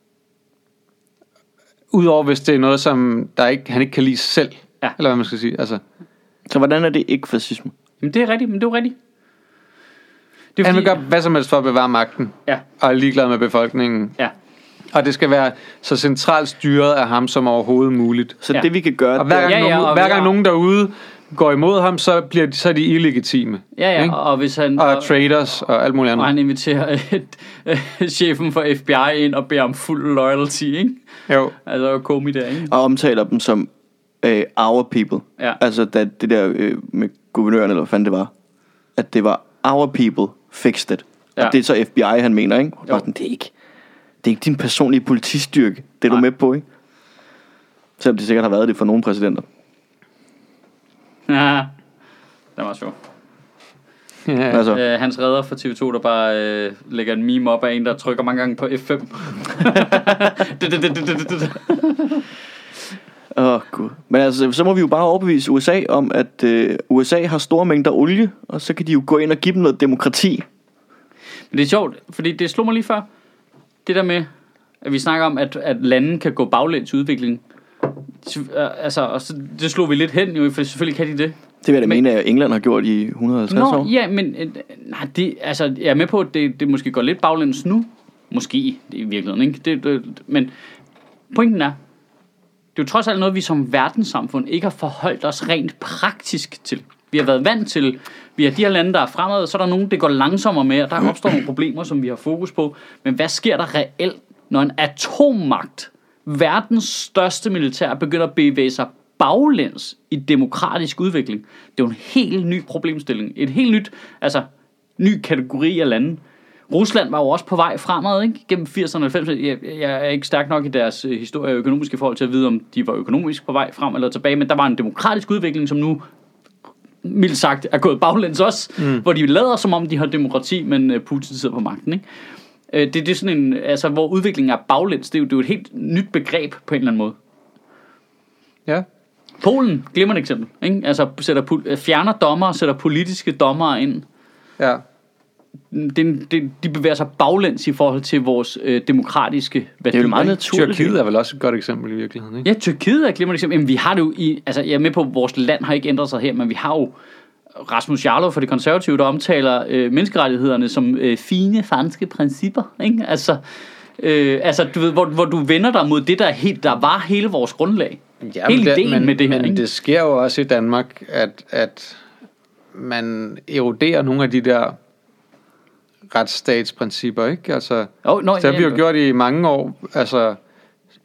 Udover hvis det er noget, som der ikke, han ikke kan lide selv. Ja. Eller hvad man skal sige. Altså, Så hvordan er det ikke fascisme? Men det er rigtigt, men det er jo rigtigt. Det er han vil fordi- gøre hvad som helst for at bevare magten. Ja. Og er ligeglad med befolkningen. Ja. Og det skal være så centralt styret af ham som overhovedet muligt. Så Ja. det vi kan gøre... Og hver gang, Ja, ja, nogen, og hver vi gang har- nogen derude går imod ham, så, bliver de, så er de illegitime. Ja, ja, ikke? og hvis han... Og traders og alt muligt andet. Og han inviterer et, øh, chefen for F B I ind og beder om fuld loyalty, ikke? Jo. Altså, Comey der, ikke? Og omtaler dem som øh, our people. Ja. Altså da det der øh, med guvernøren, eller hvad fanden det var. At det var our people fixed it. Ja. Og det er så F B I, han mener, ikke? Bare sådan, det er ikke... Det er ikke din personlige politistyrke. Det er Nej. du med på, ikke? Selvom det sikkert har været det for nogle præsidenter. Ja, det var sjovt. Ja. Altså, Øh, hans redder for T V to, der bare øh, lægger en meme op af en, der trykker mange gange på F fem. åh oh, gud. Men altså, så må vi jo bare overbevise U S A om, at øh, U S A har store mængder olie, og så kan de jo gå ind og give dem noget demokrati. Men det er sjovt, fordi det slog mig lige før. Det der med, at vi snakker om, at, at lande kan gå baglæns udvikling. Altså, og så, det slog vi lidt hen jo, for selvfølgelig kan de det. Det vil jeg da Men- mene, at England har gjort i et hundrede og halvtreds Nå, år. ja, men øh, nej, det, altså, jeg er med på, at det, det måske går lidt baglæns nu. Måske, det er i virkeligheden, ikke? Det, det, men pointen er, det er jo trods alt noget, vi som verdenssamfund ikke har forholdt os rent praktisk til. Vi har været vant til, vi har de her lande, der er fremad, så er der nogen, det går langsommere med, og der opstår nogle problemer, som vi har fokus på. Men hvad sker der reelt, når en atommagt, verdens største militær, begynder at bevæge sig baglæns i demokratisk udvikling? Det er jo en helt ny problemstilling. Et helt nyt, altså, ny kategori af lande. Rusland var jo også på vej fremad, ikke? Gennem firserne og halvfemserne. Jeg, jeg er ikke stærk nok i deres øh, historie og økonomiske forhold til at vide, om de var økonomisk på vej frem eller tilbage, men der var en demokratisk udvikling, som nu mildt sagt er gået baglæns også, mm. hvor de lader som om de har demokrati, men øh, Putin sidder på magten, ikke? Øh, det, det er sådan en, altså hvor udviklingen er baglæns, det er jo, det er jo et helt nyt begreb på en eller anden måde. Ja. Polen, glemmer et eksempel, ikke? Altså sætter, fjerner dommer, sætter politiske dommere ind. Ja. Det, det, de bevæger sig baglæns i forhold til vores øh, demokratiske værdier. Det er jo meget ikke? naturligt. Tyrkiet er vel også et godt eksempel i virkeligheden, ikke? Ja, Tyrkiet er et glimrende eksempel. Jamen, vi har det jo i, altså jeg er med på, at vores land har ikke ændret sig her, men vi har jo Rasmus Jarlov for det konservative, der omtaler øh, menneskerettighederne som øh, fine franske principper, ikke? Altså, øh, altså du ved, hvor, hvor du vender dig mod det, der, helt, der var hele vores grundlag. Ja, hele men det, ideen men, med det her, men ikke? det sker jo også i Danmark, at, at man eroderer nogle af de der retsstatsprincipper, ikke? Altså, Oh, no, det har vi jo gjort i mange år. Altså,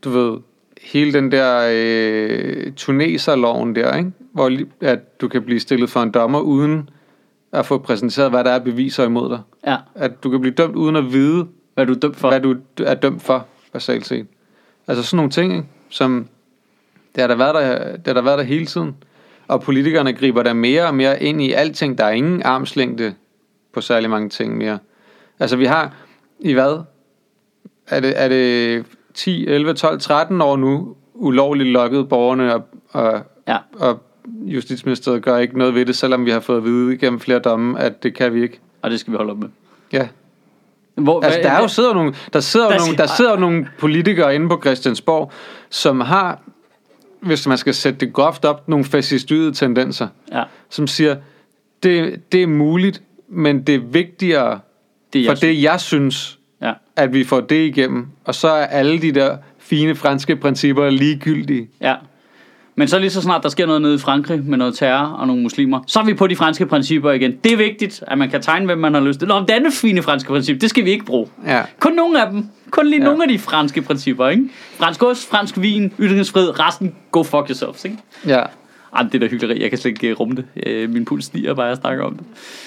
du ved, hele den der øh, tuneserloven der, ikke? Hvor at du kan blive stillet for en dommer uden at få præsenteret, hvad der er beviser imod dig. Ja. At du kan blive dømt uden at vide, hvad du er dømt for. Hvad du er dømt for, basalt set. Altså sådan nogle ting, ikke? Som det har der været der, det har der været der hele tiden. Og politikerne griber der mere og mere ind i alting. Der er ingen armslængde på særlig mange ting mere. Altså vi har i hvad? Er det, er det ti, elleve, tolv, tretten år nu ulovligt lukket borgerne, og, og, ja. og Justitsministeriet gør ikke noget ved det, selvom vi har fået at vide gennem flere domme, at det kan vi ikke. Og det skal vi holde op med. Ja. Hvor, altså der er jo sidder nogle, der sidder der, jo nogle, der sidder nogle politikere inde på Christiansborg, som har, hvis man skal sætte det groft op, nogle fascistoide tendenser, ja. som siger, det, det er muligt, men det er vigtigere det, for det, jeg synes, ja. at vi får det igennem, og så er alle de der fine franske principper ligegyldige. Ja. Men så lige så snart der sker noget nede i Frankrig med noget terror og nogle muslimer, så er vi på de franske principper igen. Det er vigtigt, at man kan tegne, hvem man har lyst til. Nå, det andet fine franske princip, det skal vi ikke bruge. Ja. Kun nogle af dem. Kun lige ja. nogle af de franske principper, ikke? Fransk ost, fransk vin, ytringsfrihed, resten, go fuck yourselves, ikke? Ja. Ej, det er da hyggeleri, jeg kan slet ikke rumme det. Min puls stiger bare, jeg snakker om det.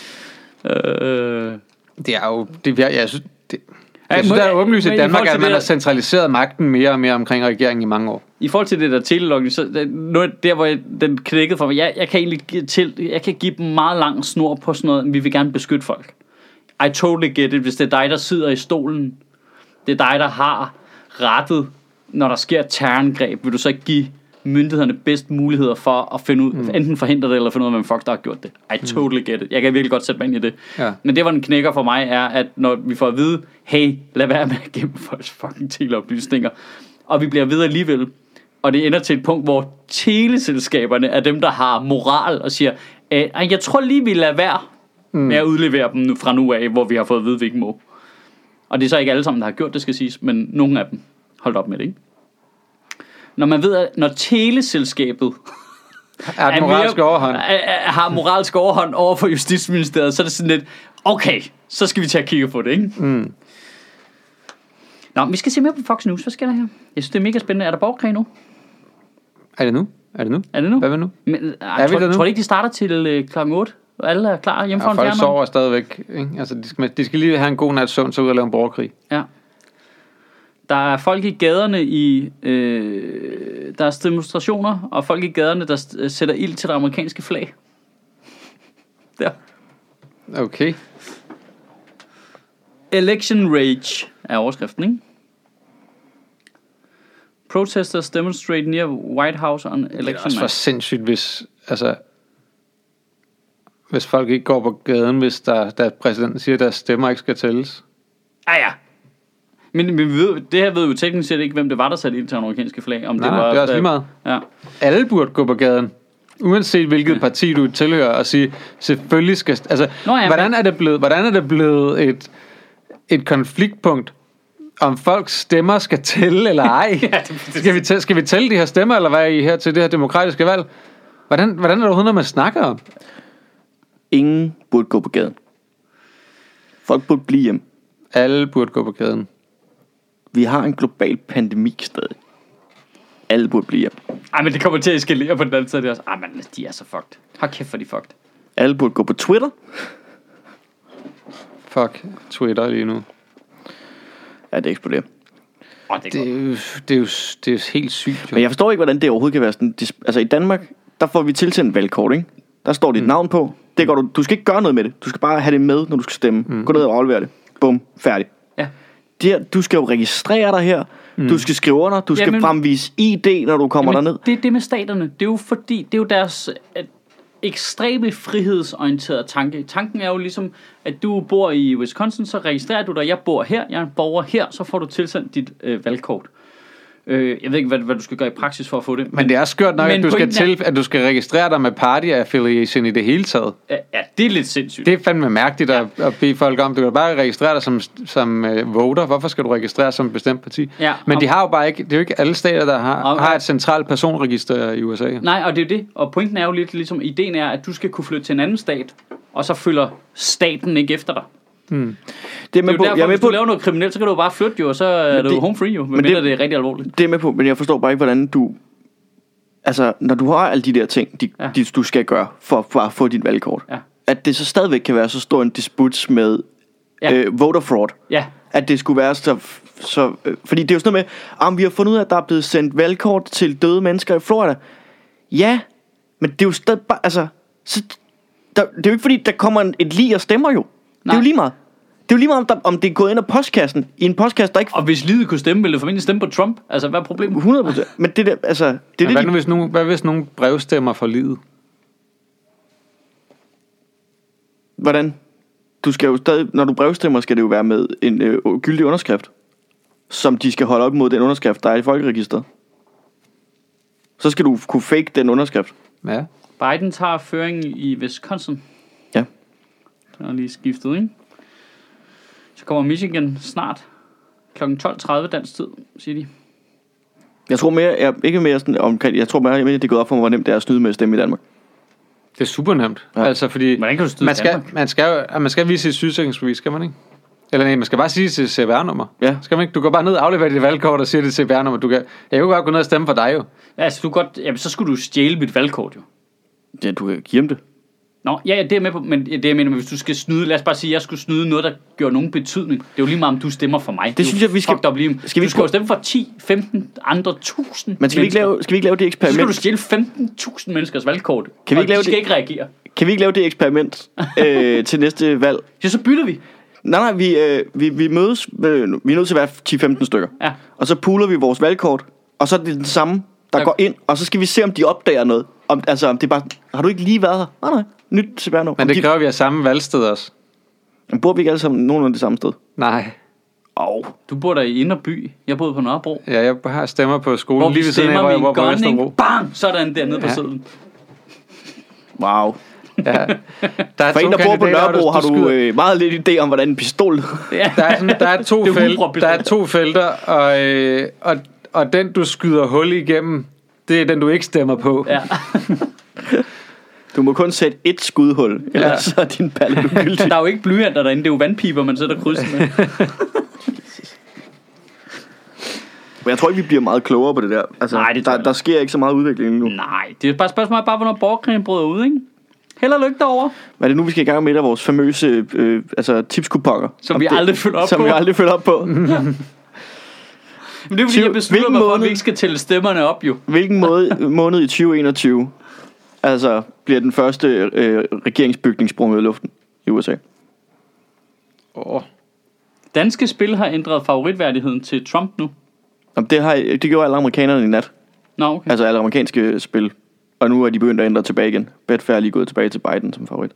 Øh... Det er jo, det, jeg, jeg synes, det, jeg synes, det er åbenlyst i Danmark, at man har centraliseret magten mere og mere omkring regeringen i mange år. I forhold til det der telelogning, så det, der hvor jeg, den knækkede for mig, jeg, jeg kan egentlig til, jeg kan give dem meget lang snor på sådan noget, vi vil gerne beskytte folk. I totally get it, hvis det er dig, der sidder i stolen, det er dig, der har rettet, når der sker et terrorangreb, vil du så ikke give myndighederne bedst muligheder for at finde ud, mm. enten forhindre det, eller finde ud af, hvem fuck der har gjort det. I totally get it. Jeg kan virkelig godt sætte mig ind i det. Ja. Men det, hvor den knækker for mig, er, at når vi får at vide, hey, lad være med at gemme folks fucking teleoplysninger, og vi bliver ved alligevel, og det ender til et punkt, hvor teleselskaberne er dem, der har moral, og siger, jeg tror lige, vi lader være mm. med at udlevere dem nu, fra nu af, hvor vi har fået at vide, vi ikke må. Og det er så ikke alle sammen, der har gjort det, skal siges, men nogle af dem holdt op med det, ikke? Når man ved, at når teleselskabet er det moralsk overhånd. Er, er, har moralsk overhånd over for Justitsministeriet, så er det sådan lidt, okay, så skal vi tage at kigge på det, ikke? Mm. Nå, vi skal se mere på Fox News. Hvad sker der her? Jeg synes, det er mega spændende. Er der borgerkrig nu? Er det nu? Er det nu? Er det nu? Hvad vil nu? Men, jeg tror, tror ikke, de starter til øh, klokken otte? Og alle er klar hjemme ja, foran fjerneren? Folk sover stadigvæk. Ikke? Altså, de, skal, de skal lige have en god nat søvn, så ud og lave en borgerkrig. Ja. Der er folk i gaderne i... Øh, der er demonstrationer, og folk i gaderne, der sætter ild til det amerikanske flag. Der. Okay. Election rage er overskriften, ikke? Protesters demonstrate near White House on election night. Det er også for sindssygt, hvis... Altså, hvis folk ikke går på gaden, hvis der, der præsidenten siger, at deres stemmer ikke skal tælles. Ah ja. Men, men vi ved, det her ved jo teknisk set ikke, hvem det var, der satte ild til amerikanske flag. Om Nej, det var, det er også lige meget. Ja. Alle burde gå på gaden. Uanset hvilket parti du tilhører, og sige, selvfølgelig skal... Altså, Nå, ja, hvordan er det blevet, hvordan er det blevet et, et konfliktpunkt, om folks stemmer skal tælle eller ej? ja, det, det, skal, vi tælle, skal vi tælle de her stemmer, eller hvad er I her til det her demokratiske valg? Hvordan, hvordan er det overhovedet, når man snakker om? Ingen burde gå på gaden. Folk burde blive hjem. Alle burde gå på gaden. Vi har en global pandemi stadig. Alle burde blive hjem. Ej, men det kommer til at eskalere på den anden side. Det er også. Ej, men de er så fucked. Hold kæft, for de fucked. Alle burde gå på Twitter. Fuck Twitter lige nu. Ja, det eksploderer. Oh, det, er det, er jo, det, er jo, det er jo helt sygt. Jo. Men jeg forstår ikke, hvordan det overhovedet kan være sådan. Altså i Danmark, der får vi tilsendt valgkort, ikke? Der står dit mm. navn på. Det går du, du skal ikke gøre noget med det. Du skal bare have det med, når du skal stemme. Mm. Gå ned og aflevere det. Bum, færdig. Ja. Der, du skal jo registrere dig her. Mm. Du skal skrive under. Du skal jamen, fremvise I D, når du kommer jamen, derned. Det er det med staterne. Det er jo fordi, det er jo deres øh, ekstreme frihedsorienterede tanke. Tanken er jo ligesom, at du bor i Wisconsin, så registrerer du dig. Jeg bor her, jeg er en borger her, så får du tilsendt dit øh, valgkort. Øh, jeg ved ikke, hvad, hvad du skal gøre i praksis for at få det. Men det er skørt nok, at du, skal til, at du skal registrere dig med party affiliation i det hele taget. Ja, ja, det er lidt sindssygt. Det er fandme mærkeligt at, at bede folk om. Du kan bare registrere dig som, som uh, voter. Hvorfor skal du registrere som et bestemt parti? Ja, Men de har jo bare ikke, det er jo ikke alle stater, der har, og, har et centralt personregister i U S A. Nej, og det er det. Og pointen er jo lidt ligesom, ideen er, at du skal kunne flytte til en anden stat, og så følger staten ikke efter dig. Hmm. Det er med Det er på. jo derfor, Jeg er med hvis du på. laver noget kriminelt, så kan du jo bare flytte jo, og så er du det- home free jo, men medmindre det- det er rigtig alvorligt. Det er med på, men jeg forstår bare ikke, hvordan du... Altså, når du har alle de der ting, de, Ja. de, du skal gøre for, for at få dit valgkort, Ja. at det så stadigvæk kan være så stor en disput med Ja. øh, voter fraud. Ja, At det skulle være så... så øh, fordi det er jo sådan noget med, om vi har fundet ud af, at der er blevet sendt valgkort til døde mennesker i Florida. Ja, men det er jo stadig bare... Altså, så, der, det er jo ikke fordi, der kommer en, et lig og stemmer jo. Nej. Det er Nej. jo lige meget. Det er jo lige meget, om, der, om det er gået ind af postkassen. I en postkasse, der ikke... og hvis livet kunne stemme, ville det formentlig stemme på Trump. Altså, hvad er problemet? hundrede procent. Men det der, altså... Det er Men det, hvad, de, nu, hvis nogen, hvad hvis nogen brevstemmer for livet? hvordan? Du skal jo stadig... Når du brevstemmer, skal det jo være med en øh, gyldig underskrift. Som de skal holde op mod den underskrift, der er i folkeregisteret. Så skal du kunne fake den underskrift. Ja. Biden tager føringen i Wisconsin. Ja. Den er lige skiftet, ikke? Så kommer Michigan snart. klokken tolv tredive dansk tid, siger de. Jeg tror mere, jeg, ikke mere sådan omkring, jeg tror mere, at det er gået op for mig, hvor nemt det er at snyde med at stemme i Danmark. Det er super nemt. Ja. Ja. Altså, fordi Hvordan kan du støde man skal, Danmark? man, skal, jo- man skal vise sit sygesikringsbevis, skal man ikke? Eller nej, man skal bare sige sit C V R-nummer. Ja. Skal man ikke? Du går bare ned og afleverer dit valgkort og siger dit C V R-nummer. Du kan, jeg kan jo godt gå ned og stemme for dig jo. Ja, altså, du godt, jamen, så skulle du stjæle mit valgkort, jo. Ja, du kan give dem det. Nå, ja, ja, det er med på, men det jeg mener, hvis du skal snyde, lad os bare sige, at jeg skulle snyde noget, der gjorde nogen betydning. Det er jo lige meget, om du stemmer for mig. Det, Det synes jeg, vi skal- Up lige. skal vi du skal jo ikke- stemme for ti, femten andre tusind Men skal vi ikke lave, skal vi ikke lave det Så skal du eksperiment? stjæle femten tusind menneskers valgkort. Kan vi og ikke lave de skal det? ikke reagere. Kan vi ikke lave det eksperiment øh, til næste valg? Ja, så bytter vi. Nej, nej, vi, øh, vi, vi mødes, øh, vi er nødt til at være ti femten stykker. Ja. Og så pooler vi vores valgkort, og så er det den samme, der Ja. går ind, og så skal vi se, om de opdager noget. Om, altså, om det er bare, har du ikke lige været her? Nej, nej, nyt C V R-nummer. Men det kræver, at vi har samme valgsted også. Men bor vi ikke alle sammen nogenlunde det samme sted? Nej. Åh. Du bor der i Inderby. Jeg boede på Nørrebro. Ja, jeg har stemmer på skolen Hvor lige vi ved siden af, stemmer hvor med jeg en bor på gun, Vesterbro. ikke? Bang! Sådan dernede på Ja. sedlen. Wow. Ja. Der er For to en, der bor på kandidater, Nørrebro, har du skyder- øh, meget lidt idé om, hvordan en pistol... Ja. Der er, sådan, der er to, Det er felt, Hubro-pistol. der er to felter, og, øh, og, og den, du skyder hul igennem, det er den, du ikke stemmer på. Ja. Du må kun sætte et skudhul, ellers ja. så er din palle ugyldig. Der er jo ikke blyanter derinde. Det er jo vandpiber, man sætter krydsen med. Men jeg tror ikke, vi bliver meget klogere på det der. Altså, Nej, det tror der, jeg der sker ikke så meget udvikling nu. Nej, det er bare et spørgsmål bare, hvornår borgerkrigen bryder ud, ikke? Held og lykke derovre. Hvad er det nu, vi skal i gang med et af vores famøse øh, altså, tipskuponger? Som Om vi det- aldrig følger op som på. vi aldrig følger op på. Men det er fordi, Tyve- jeg beslutter hvilken mig for, at måned? vi ikke skal tælle stemmerne op, jo. Hvilken måde, måned i tyve enogtyve altså, bliver den første øh, regeringsbygning sprunget i luften i U S A? Oh. Danske spil har ændret favoritværdigheden til Trump nu. Jamen, det, har, det gjorde alle amerikanerne i nat. Nå, okay. Altså alle amerikanske spil. Og nu er de begyndt at ændre tilbage igen. Betfair er lige gået tilbage til Biden som favorit.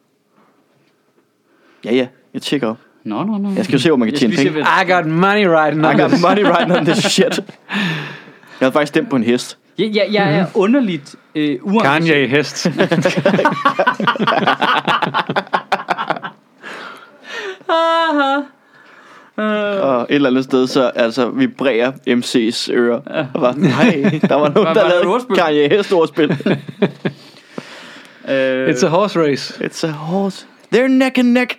Ja, ja. Jeg tjekker op. Nå, nå, nå. Jeg skal jo se, hvor man kan Jeg skal tjene lige penge. se, hvad- I got money right now. I got money right on this shit. Jeg havde faktisk stemt på en hest. Ja, ja, jeg er underligt øh, uengageret. Kanye hest. Aha. Og et eller andet sted, så altså vibrerer M C's ører. Og var, nej, der var nogen, Var- var der det et lavede ordspil? Kanye Hest-ordspil. Øh, It's a horse race. It's a horse. They're neck and neck.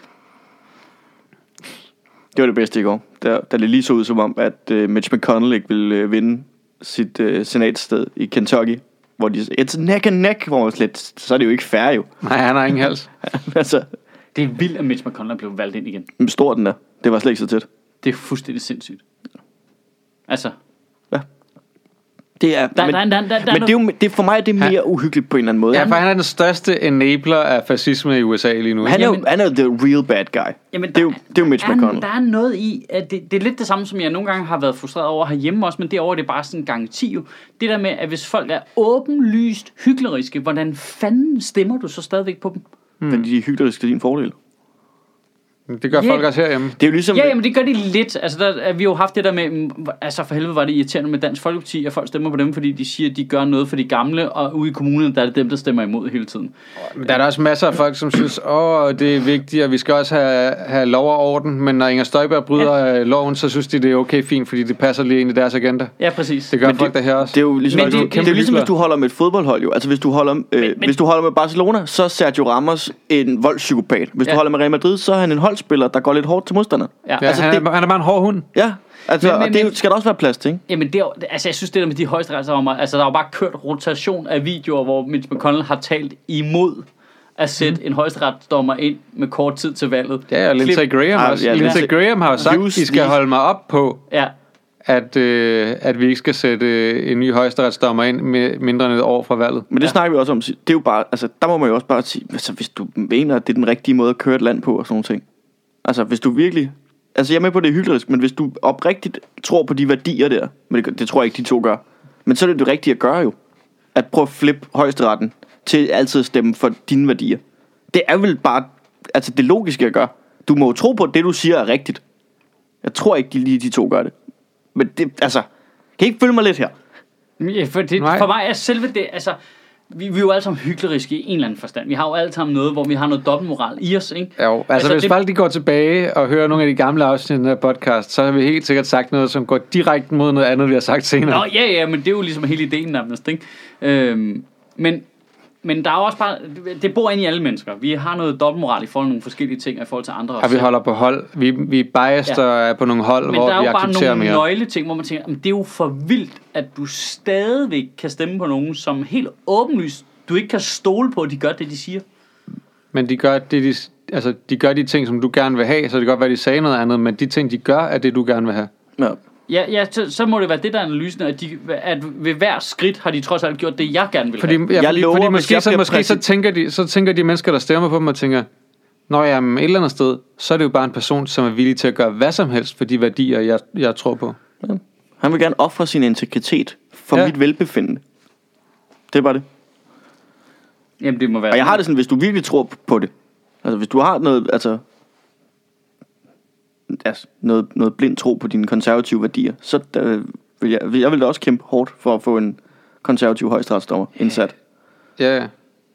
Det var det bedste i går. Da, da det lige så ud som om, at uh, Mitch McConnell ikke ville uh, vinde sit uh, senatsted i Kentucky. Hvor de it's neck and neck. Hvor man slet, så er det jo ikke fair jo. Nej, han har ingen hals. altså, det er vildt, at Mitch McConnell blev valgt ind igen. hvor stor den er. Det var slet ikke så tæt. Det er fuldstændig sindssygt. Altså, Det er, der, men, der, der, der, der, men det er jo, det, for mig er det mere Han- uhyggeligt på en eller anden måde. Ja, for han er den største enabler af fascisme i U S A lige nu. Han er, jo, Jamen- han er jo the real bad guy. Jamen, det, er jo, det er jo Mitch der, McConnell. Der er noget i, at det, det er lidt det samme, som jeg nogle gange har været frustreret over herhjemme også, men derovre det er bare sådan en garanti jo. Det der med, at hvis folk er åbenlyst hykleriske, hvordan fanden stemmer du så stadigvæk på dem? Fordi de er hykleriske til din fordel. Det gør Ja. folk også herhjemme. Det er jo ligesom... Ja, jamen det gør de lidt. Altså, der, er vi jo haft det der med, mm, altså for helvede var det irriterende med Dansk Folkeparti, at folk stemmer på dem, fordi de siger, at de gør noget for de gamle, og ude i kommunen, der er det dem, der stemmer imod hele tiden. Men der er der også masser af folk, som synes, åh, det er vigtigt, og vi skal også have, have lov og orden. Men når Inger Støjberg bryder ja. loven, så synes de, det er okay fint, fordi det passer lige ind i deres agenda. Ja, præcis. Det gør Men folk der her også. Det er jo ligesom, Men men det- det, det, det er jo ligesom hvis du holder med et fodboldhold jo. Altså hvis du holder, øh, men- hvis du holder med Barcelona, så er Sergio Ramos en voldspsykopat. Hvis Ja. du holder med Real Madrid, så er han en hold, fodboldspiller, der går lidt hårdt til modstanderen. Ja. Ja, Altså, han, det- er, han er bare en hård hund. Ja, altså, Men- men- og det men- skal der også være plads til, ikke? Jamen, det er, jo- altså, jeg synes, det der med de højesteretsdommer, altså, der er jo bare kørt rotation af videoer, hvor Mitch McConnell har talt imod at sætte mm. en højesteretsdommer ind med kort tid til valget. Ja, og Lindsey Klip- Graham, Ah, også. ja, Lindsey Lindsey- Graham har jo sagt, Use I skal the- holde mig op på, Ja, at, øh, at vi ikke skal sætte øh, en ny højesteretsdommer ind med mindre end et år fra valget. Men det ja. snakker vi også om. Det er jo bare, altså, der må man jo også bare sige, altså, hvis du mener, at det er den rigtige måde at køre et land på og sådan nogle ting. Altså, hvis du virkelig... Altså, jeg er med på, det er hyklerisk, men hvis du oprigtigt tror på de værdier der, men det, det tror jeg ikke, de to gør, men så er det det rigtige at gøre jo. At prøve at flippe højesteretten til altid at stemme for dine værdier. Det er vel bare, altså det logiske at gøre. Du må jo tro på, at det du siger er rigtigt. Jeg tror ikke, de lige de to gør det. Men det, altså, kan I ikke følge mig lidt her? Ja, for, det, for mig er selve det, altså, vi, vi er jo alle sammen hykleriske i en eller anden forstand. Vi har jo alle sammen noget, hvor vi har noget dobbeltmoral i os, ikke? Jo, altså, altså hvis det, folk de går tilbage og hører nogle af de gamle afsnit af den her podcast, så har vi helt sikkert sagt noget, som går direkte mod noget andet, vi har sagt senere. Nå, ja, ja, men det er jo ligesom hele ideen nærmest, ikke? Øhm, men, men der er jo også bare, det bor ind i alle mennesker. Vi har noget dobbeltmoral i forhold til nogle forskellige ting, og i forhold til andre. Og vi holder på hold. Vi, vi er biased Ja. og er på nogle hold, Men hvor der er vi jo bare accepterer nogle mere. nøgleting, hvor man tænker, det er jo for vildt, at du stadigvæk kan stemme på nogen, som helt åbenlyst, du ikke kan stole på, at de gør det, de siger. Men de gør, det, de, altså, de gør de ting, som du gerne vil have, så det kan godt være, de sagde noget andet, men de ting, de gør, er det, du gerne vil have. Ja. Ja, ja så, så må det være det, der er analysen, at, de, at ved hver skridt har de trods alt gjort det, jeg gerne vil Fordi, have. ja, Jeg fordi, lover, fordi hvis måske, jeg så, bliver måske så, præsident- tænker de, så tænker de mennesker, der stemmer på dem, og tænker, når jeg er et eller andet sted, så er det jo bare en person, som er villig til at gøre hvad som helst for de værdier, jeg, jeg tror på. Ja. Han vil gerne ofre sin integritet for Ja. ja. mit velbefindende. Det er bare det. Jamen, det må være Og jeg har det sådan, hvis du virkelig tror på det. Altså, hvis du har noget, altså... altså noget, noget blind tro på dine konservative værdier, så der, vil jeg, jeg vil da også kæmpe hårdt for at få en konservativ højesteretsdommer indsat. Ja, ja.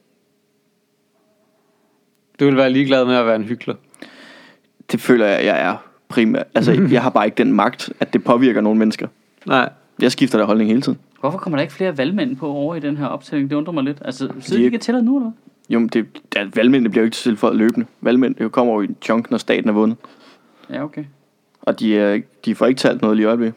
Du vil være ligeglad med at være en hykler. Det føler jeg, jeg er primært. Altså, jeg har bare ikke den magt, at det påvirker nogle mennesker. Nej. Jeg skifter der holdning hele tiden. Hvorfor kommer der ikke flere valgmænd på over i den her optælling? Det undrer mig lidt. Altså, sidder de De- ikke tæller nu, eller hvad? Jo, men det, der, valgmændene bliver jo ikke til for løbende. Valgmænd kommer jo i en chunk, når staten er vundet. Ja, okay. Og de, er, de får ikke talt noget lige i øjeblikket.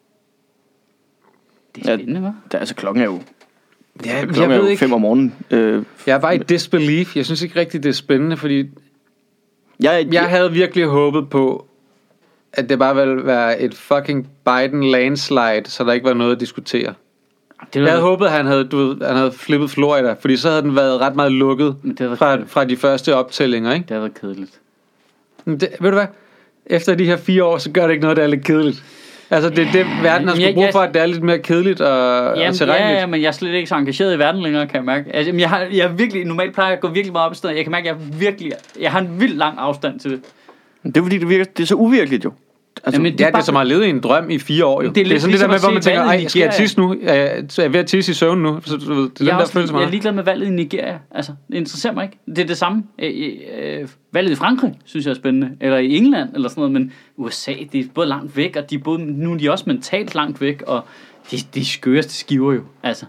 Det er spændende, hva'? Der, altså, klokken er jo, Ja, klokken jeg er ved jo ikke. fem om morgenen. Øh, Jeg var i disbelief. Jeg synes ikke rigtigt, det er spændende, fordi jeg, jeg havde virkelig håbet på, at det bare ville være et fucking Biden landslide, så der ikke var noget at diskutere. Det Jeg havde håbet, at han havde, du ved, han havde flippet Florida, fordi så havde den været ret meget lukket Men det havde fra, været- fra de første optællinger, ikke? Det har været kedeligt. Men det, ved du hvad? Efter de her fire år, så gør det ikke noget, der er lidt kedeligt. Altså, det er det, verden har Men skulle jeg- bruge jeg- for, at det er lidt mere kedeligt og, og Jamen, terrenligt. ja, ja, men jeg er slet ikke så engageret i verden længere, kan jeg mærke. Altså, jamen, jeg, har, jeg er virkelig, normalt plejer jeg at gå virkelig meget op i stedet. Jeg kan mærke, at jeg er virkelig, jeg har en vild lang afstand til det. det er fordi, det, virker, det er så uvirkeligt jo. Altså, Jamen, Det ja, det er som at leve i en drøm i fire år, jo. Det Det er er, lidt det er sådan det ligesom der med, at hvor se man tænker, valget i ej, skal jeg Nigeria." tisse nu? Er jeg, så er jeg ved at tisse i søvn nu? Så, du ved, det er den Jeg er, der også, følelse, man jeg er har. ligeglad med valget i Nigeria. Altså, det interesserer mig ikke. Det er det samme. Øh, øh, valget i Frankrig, synes jeg er spændende. Eller i England, eller sådan noget. Men U S A, det er både langt væk, og de er både, nu er de også mentalt langt væk, og de, de skøreste skiver jo. Altså.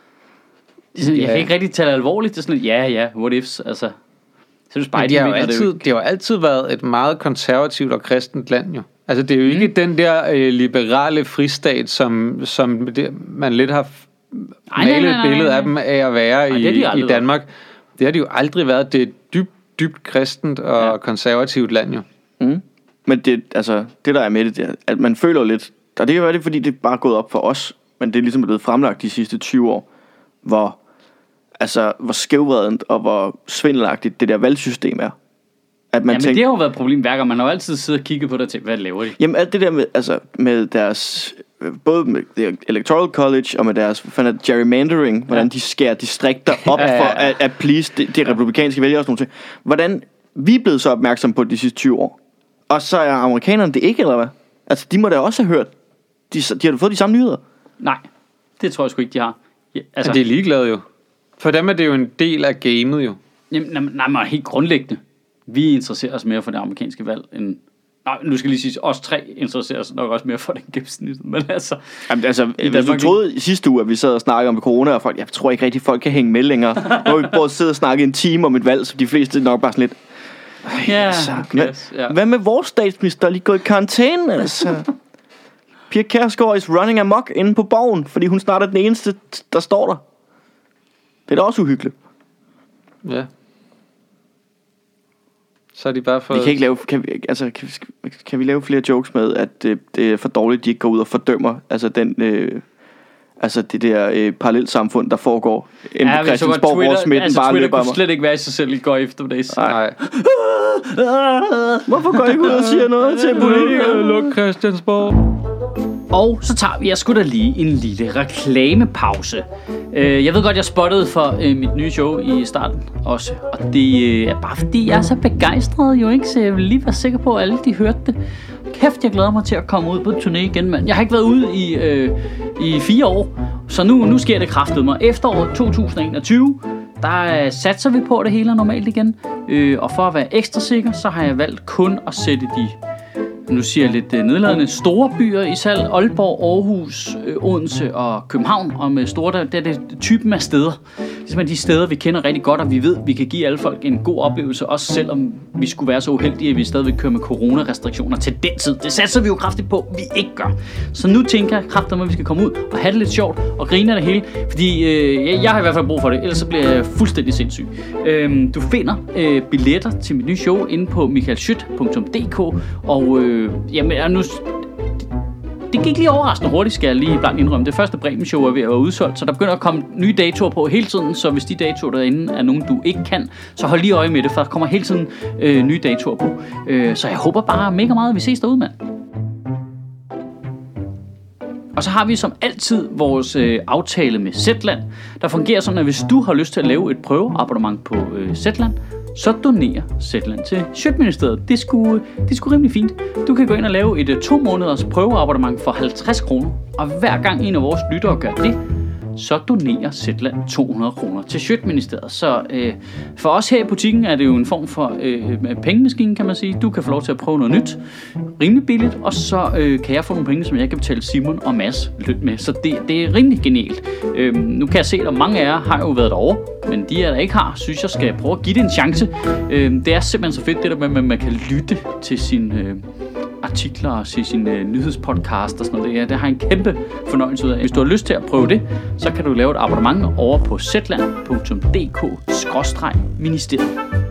Det er sådan, jeg Ja. kan ikke rigtig tage det alvorligt. Det er sådan, ja, ja, what ifs, altså. Så er det Men Biden, det har jo vinder det altid, jo det har jo altid været et meget konservativt og kristent land, jo. Altså, det er jo ikke mm. den der øh, liberale fristat, som, som det, man lidt har f- nej, nej, malet nej, et billede nej. af dem af at være Nej, det har de i, aldrig i Danmark. Det har det jo aldrig været. Det er et dybt, dybt kristent og Ja. konservativt land, jo. Mm. Men det, altså, det der er med det, det er, at man føler jo lidt, og det kan være det, fordi det er bare gået op for os, men det er ligesom blevet fremlagt de sidste tyve år, hvor, altså, hvor skævvredent og hvor svindelagtigt det der valgsystem er. At man Ja, men tænker, det har jo været et problem hver gang. Man har jo altid siddet og kigget på det og tænkt, hvad laver de? jamen alt det der med, altså, med deres, øh, både med det Electoral College og med deres hvad fanden er det, gerrymandering, hvordan Ja. de skærer distrikter op Ja, ja, ja. for at, at please det, det republikanske vælgere og sådan noget. Hvordan vi er blevet så opmærksom på de sidste tyve år, og så er amerikanerne det ikke, eller hvad? Altså, de må da også have hørt. De, de har da fået de samme nyheder. Nej, det tror jeg sgu ikke, de har. Ja, Altså, altså, det er ligeglade, jo. For dem er det jo en del af gamet, jo. jamen, nej, nej, men helt grundlæggende. Vi interesserer os mere for det amerikanske valg end... Nej, nu skal jeg lige sige, os tre interesserer os nok også mere for den gennemsnit. Men altså... Jamen, altså, hvis du Danmark- troede i sidste uge, at vi sad og snakkede om corona, og folk, jeg tror ikke rigtig, folk kan hænge med længere. Nu har vi både siddet og snakket en time om et valg, så de fleste nok bare sådan lidt, Ja, altså, okay, hvad, ja. hvad med vores statsminister, lige gået i karantæne, altså? Pia Kjærsgaard is running amok inde på Borgen, fordi hun snart er den eneste, der står der. Det er da også uhyggeligt. Ja. Så er de bare for... Vi kan ikke lave, kan vi, altså, kan, vi, kan vi lave flere jokes med, at det, det er for dårligt, de ikke går ud og fordømmer, altså den... Øh, Altså det der øh, parallelsamfund, der foregår inde Ja, på Christiansborg, hvor smitten altså, bare Twitter løber kunne mig. slet ikke være i sig selv i går eftermiddags. Nej. Hvorfor går I ikke ud og siger noget til politikere? Luk Christiansborg. Og så tager vi, jeg skulle da lige en lille reklamepause. Øh, Jeg ved godt, jeg spottede for øh, mit nye show i starten også. Og det øh, er bare fordi, jeg er så begejstret jo ikke, så jeg vil lige være sikker på, at alle de hørte det. Kæft, jeg glæder mig til at komme ud på turné igen, mand. Jeg har ikke været ude i, øh, i fire år, så nu, nu sker det kraftedeme. Efteråret to tusind og enogtyve, der øh, satser vi på, at det hele er normalt igen. Øh, og for at være ekstra sikker, så har jeg valgt kun at sætte de... Nu siger jeg lidt øh, nedladende, store byer i salg, Aalborg, Aarhus, øh, Odense og København, og med store, der, der er det typen af steder. Det er simpelthen de steder, vi kender rigtig godt, og vi ved, vi kan give alle folk en god oplevelse, også selvom vi skulle være så uheldige, at vi stadigvæk kører med coronarestriktioner til den tid. Det satser vi jo kraftigt på, vi ikke gør. Så nu tænker jeg kraftigt, at vi skal komme ud og have det lidt sjovt og grine af det hele, fordi øh, jeg, jeg har i hvert fald brug for det, ellers så bliver jeg fuldstændig sindssyg. Øh, du finder øh, billetter til mit nye show inde på michael skyt punktum d k, og øh, jamen, nu, det gik lige overraskende hurtigt, skal jeg lige blankt indrømme. Det første Bremen show er ved at være udsolgt, så der begynder at komme nye datoer på hele tiden, så hvis de datoer derinde er nogen, du ikke kan, så hold lige øje med det, for der kommer hele tiden øh, nye datoer på. Øh, så jeg håber bare mega meget, at vi ses derude, mand. Og så har vi som altid vores øh, aftale med Zetland, der fungerer sådan, at hvis du har lyst til at lave et prøveabonnement på øh, Zetland, så donerer Zetland til Sjøtministeriet. Det er sgu, det er sgu rimelig fint. Du kan gå ind og lave et to måneders prøveabonnement for halvtreds kroner, og hver gang en af vores lyttere gør det, så donerer Zetland to hundrede kroner til Sjøtministeriet. Så øh, for os her i butikken er det jo en form for øh, pengemaskine, kan man sige. Du kan få lov til at prøve noget nyt, rimelig billigt, og så øh, kan jeg få nogle penge, som jeg kan betale Simon og Mads løn med. Så det, det er rimelig genialt. Øh, nu kan jeg se, at mange af jer har jo været derovre, men de, der ikke har, synes jeg skal prøve at give det en chance. Øh, det er simpelthen så fedt, det der med, at man kan lytte til sin... Øh, artikler og se sin øh, nyhedspodcast og sådan noget. Det, det har en kæmpe fornøjelse ud af. Hvis du har lyst til at prøve det, så kan du lave et abonnement over på zetland punktum d k skråstreg ministeriet.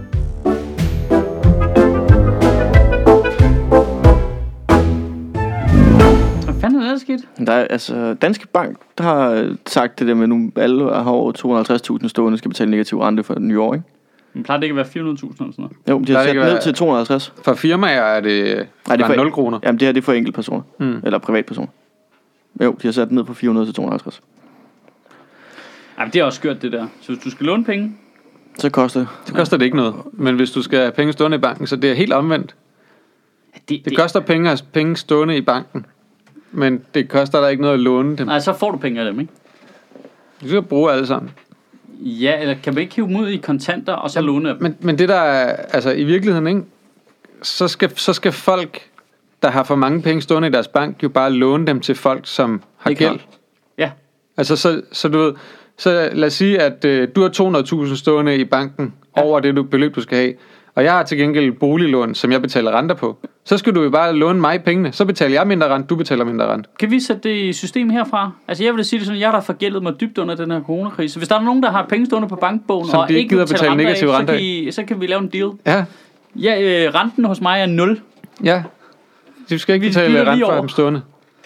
Hvad fanden er det, der sket? Der er, altså, Danske Bank der har sagt det der med, nu alle har over to hundrede og halvtreds tusind stående, skal betale negativ rente for den nye år, ikke? Men plejer det ikke at være fire hundrede tusind eller sådan noget? Jo, de har Der sat ikke ned være- til to hundrede og halvtreds. For firmaer er det, Nej, det er for nul kroner. Jamen det her det er for enkeltpersoner, Mm. eller privatpersoner. Jo, de har sat ned fra fire hundrede til to hundrede og halvtreds. Jamen, det er også skørt, det der. Så hvis du skal låne penge... Så koster det. Så koster det ikke noget. Men hvis du skal have penge stående i banken, så det er helt omvendt. Det, Det koster penge at have penge stående i banken. Men det koster der ikke noget at låne dem. Nej, så får du penge af dem, ikke? Du skal bruge alle sammen. Ja, eller kan man ikke hive dem ud i kontanter, og så Jamen, låne af dem? Men, men det der er, altså i virkeligheden, ikke? Så skal, så skal folk, der har for mange penge stående i deres bank, jo bare låne dem til folk, som har Det er gæld. klart. Ja. Altså så, så du ved, så lad os sige, at øh, du har to hundrede tusind stående i banken ja. over det du, beløb, du skal have. Og jeg har til gengæld boliglån, som jeg betaler renter på. Så skal du jo bare låne mig pengene. Så betaler jeg mindre rent, du betaler mindre rent. Kan vi sætte det i system herfra? Altså jeg vil da sige det sådan, jeg har da forgældet mig dybt under den her coronakrise. Hvis der er nogen, der har penge stående på bankbogen, Som og de ikke ikke gider betaler betale renter negativ af, så, rente kan af. I, så kan vi lave en deal. Ja, Ja, øh, renten hos mig er nul. ja. Du skal ikke Vi betale bytter lige rent for over. dem stående.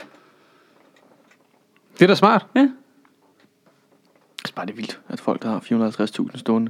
Det er da smart. Ja. Det er bare det vildt, at folk der har fire hundrede og halvtreds tusind stående.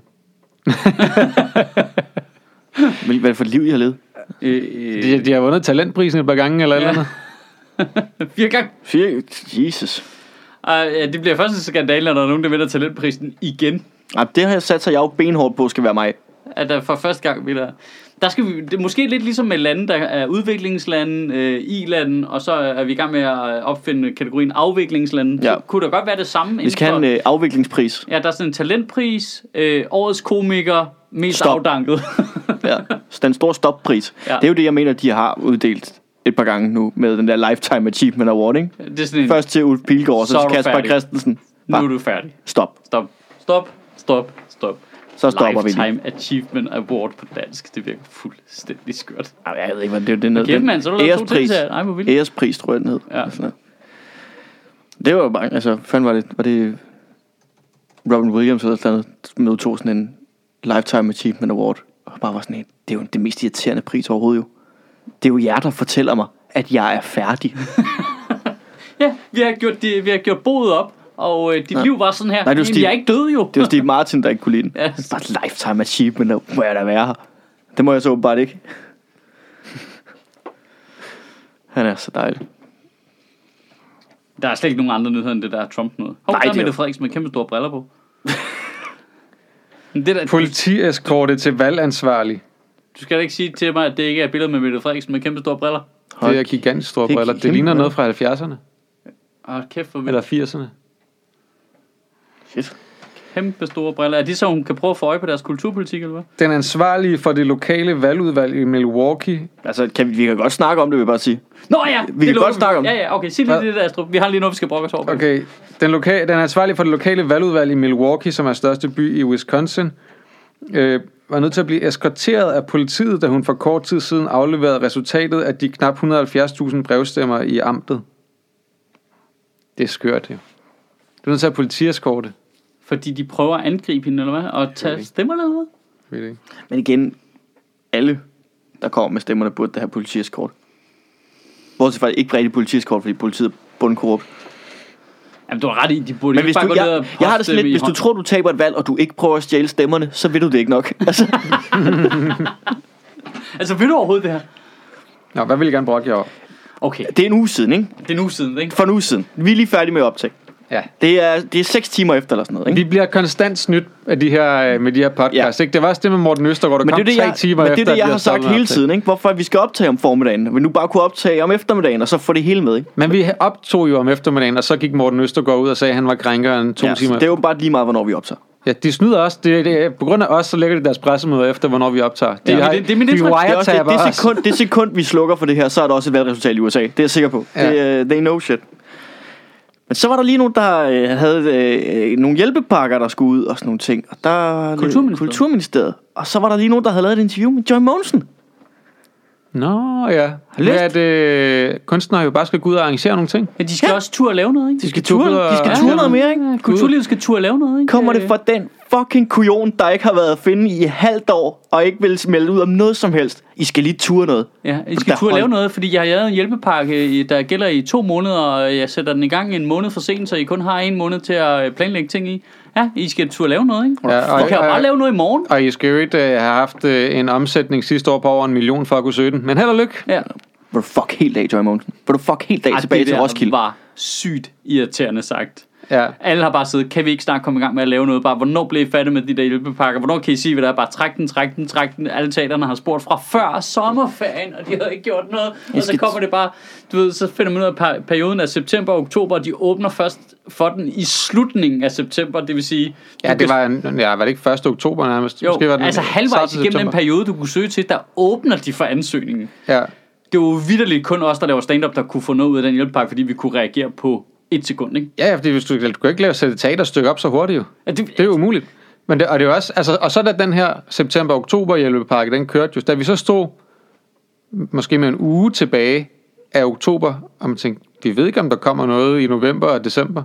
Hvad er det for et liv, I har levet? Øh, øh, De, de har vundet talentprisen et par gange eller Ja. eller andet. Fire gange. Fire... Jesus. Uh, ja, det bliver først en skandale, når der er nogen, der vinder talentprisen igen. Ej, det har jeg sat sig jeg jo benhårdt på, skal være mig. At der for første gang vinder. Der skal vi, det er måske lidt ligesom med lande, der er udviklingslande, øh, i-lande, og så er vi i gang med at opfinde kategorien afviklingslande. Ja. Så kunne der godt være det samme. Vi skal have en øh, afviklingspris. Ja, der er sådan en talentpris, øh, årets komiker, mest Stop. afdanket. Ja. Så den store stoppris. Ja. Det er jo det, jeg mener, de har uddelt et par gange nu med den der Lifetime Achievement Award, ikke? Det er sådan en, Først til Ulf Pilgaard, så, Så er til du Kasper færdig. Christensen. nu er Bare, du færdig. stop. Stop, stop, stop, stop. så stopper vi Lifetime Achievement Award på dansk. Det virker fuldstændig skørt. Ej, jeg ved ikke, hvad det er. Det er noget, Kæft, mand, så har du lavet to ting til. Ej, hvor vildt. Ærespris, tror jeg, den hed. Ja. Det var jo bare, altså, fanden var det, var det Robin Williams eller sådan noget, modtog sådan en Lifetime Achievement Award, og bare var sådan en, det er jo det mest irriterende pris overhovedet jo. Det er jo jer, der fortæller mig, at jeg er færdig. Ja, vi har gjort, de, vi har gjort boet op, og øh, dit ja. liv var sådan her. Nej, det var Jamen, Steve, jeg er ikke død jo. Det var Steve Martin, der ikke kunne lide den. Ja. Bare Lifetime Achievement, der må jeg da være her. Det må jeg så åbenbart ikke. Han er så dejlig. Der er slet ikke nogen andre nyheder end det der Trump noget. Hov, Nej, der er det er Mette jo- Frederiksen med kæmpe store briller på. det der, Politieskorte til valgansvarlig. du skal da ikke sige til mig, at det ikke er et billede med Mette Frederiksen med kæmpe store briller. Det er gigantisk store Det er briller. Det kæmpe ligner briller. noget fra halvfjerdserne. Åh, kæft for vildt. Eller firserne. Shit. Kæmpe store briller. Er det så, hun kan prøve at få øje på deres kulturpolitik, eller hvad? Den ansvarlige for det lokale valgudvalg i Milwaukee. Altså, kan vi, vi kan godt snakke om det, vil jeg bare sige. Nå ja! Vi kan det godt snakke om Ja, ja, okay. Sig lige Hvad? det der, Astrup. Vi har lige noget, vi skal brokke os over. Okay, den, loka- den ansvarlige for det lokale valgudvalg i Milwaukee, som er største by i Wisconsin, øh, var nødt til at blive eskorteret af politiet, da hun for kort tid siden afleverede resultatet af de knap et hundrede og halvfjerds tusind brevstemmer i amtet. Det er skørt, jo. Du er nødt til at have politieskorte. Fordi de prøver at angribe hende, eller hvad? Og tage Okay. stemmerne, eller hvad? Ved det ikke. Men igen, alle, der kommer med stemmerne, burde da have politieskort. Bortset fra ikke rigtig politieskort, fordi politiet er bundkorrupt. Jamen, du har ret i, de burde Men ikke hvis bare du, gå ned jeg, og jeg har det poste sådan dem lidt, i hvis du hånd. tror, du taber et valg, og du ikke prøver at stjæle stemmerne, så ved du det ikke nok. Altså, Altså, vil du overhovedet det her? Nå, hvad vil I gerne brokke jer over? Okay, det er en uge siden, ikke? det er nu siden, ikke? For en uge siden. Vi er lige færdige med at optage. Ja. Det er, det er seks timer efter eller sådan noget, ikke? Vi bliver konstant snydt af de her, øh, med de her podcasts, ja. Ikke? Det var også det med Morten Østergaard, der Men kom det er det, tre jeg, timer men efter, det, er det, at jeg vi har sagt stoppet hele optag. tiden, ikke? Hvorfor vi skal optage om formiddagen. Vi nu bare kunne optage om eftermiddagen, og så få det hele med, ikke? Men vi optog jo om eftermiddagen, og så gik Morten Østergaard ud og sagde, at han var krænkeren to Ja, timer. det er jo bare lige meget, hvornår vi optager. Ja, de snyder også. Det, det, på grund af os, så lægger de deres pressemøder efter, hvornår vi optager. De, Ja, har, det- det er min de indtryk. Det, er også det, wiretaper det, os. sekund, det sekund, vi slukker for det her, så er der også et valgresultat i U S A. Det er jeg sikker på. Ja. Det, uh, they know shit. Men så var der lige nogen, der øh, havde øh, nogle hjælpepakker, der skulle ud og sådan nogle ting. Og der Kulturministeriet. Kulturministeriet. Og så var der lige nogen, der havde lavet et interview med Joy Mogensen. Nå, ja. læst? Med at øh, kunstnere jo bare skal gå ud og arrangere nogle ting. Ja, de skal Ja. også turde lave noget, ikke? De skal turde- ture, de skal Ja, ture ja. noget mere, ikke? Ja, kulturlivet skal turde lave noget, ikke? Kommer det fra den fucking kujon, der ikke har været at finde i et halvt år, og ikke vil melde ud om noget som helst? I skal lige ture noget. Ja, I Der skal turde hold- lave noget, fordi jeg har lavet en hjælpepakke, i- der gælder i to måneder, og jeg sætter den i gang en måned for sent, så I kun har en måned til at planlægge ting i. Ja, I skal turde lave noget, ikke? Ja, og- I kan jo og- bare lave noget i morgen. Og I skal jo ikke øh, have haft øh, en omsætning sidste år på over en million for at kunne søge den. Men held og lykke. Ja. Vil du fuck helt af, Joy Mogensen? Vil du fuck helt af Ej, tilbage det til der Roskilde? var sygt irriterende sagt. Ja. Alle har bare siddet, kan vi ikke snart komme i gang med at lave noget? Bare, hvornår bliver I færdige med de der hjælpepakker? Hvornår kan I sige, hvad der er? Bare træk den, træk den, træk den. Alle teaterne har spurgt fra før sommerferien, og de havde ikke gjort noget. Og så skal- kommer det bare, du ved, så finder man ud af per- perioden af september og oktober, og de åbner først for den i slutningen af september, det vil sige... Ja, det var, en, ja, var det ikke første oktober nærmest? Jo, Måske var den altså halvvejs starten af igennem den september. periode, du kunne søge til, der åbner de for ansøgningen. Ja. Det var jo vitterligt kun os, der laver stand-up, der kunne få noget ud af den hjælpepakke, fordi vi kunne reagere på et sekund, ikke? Ja, fordi hvis du, du kan ikke lave sætte et teaterstykke op så hurtigt jo. Ja, det, Det er jo umuligt. Men det, og det er jo også, altså, og så da den her september-oktober hjælpepakke, den kørte jo, da vi så stod måske med en uge tilbage af oktober, og man tænkte, vi ved ikke, om der kommer noget i november og december.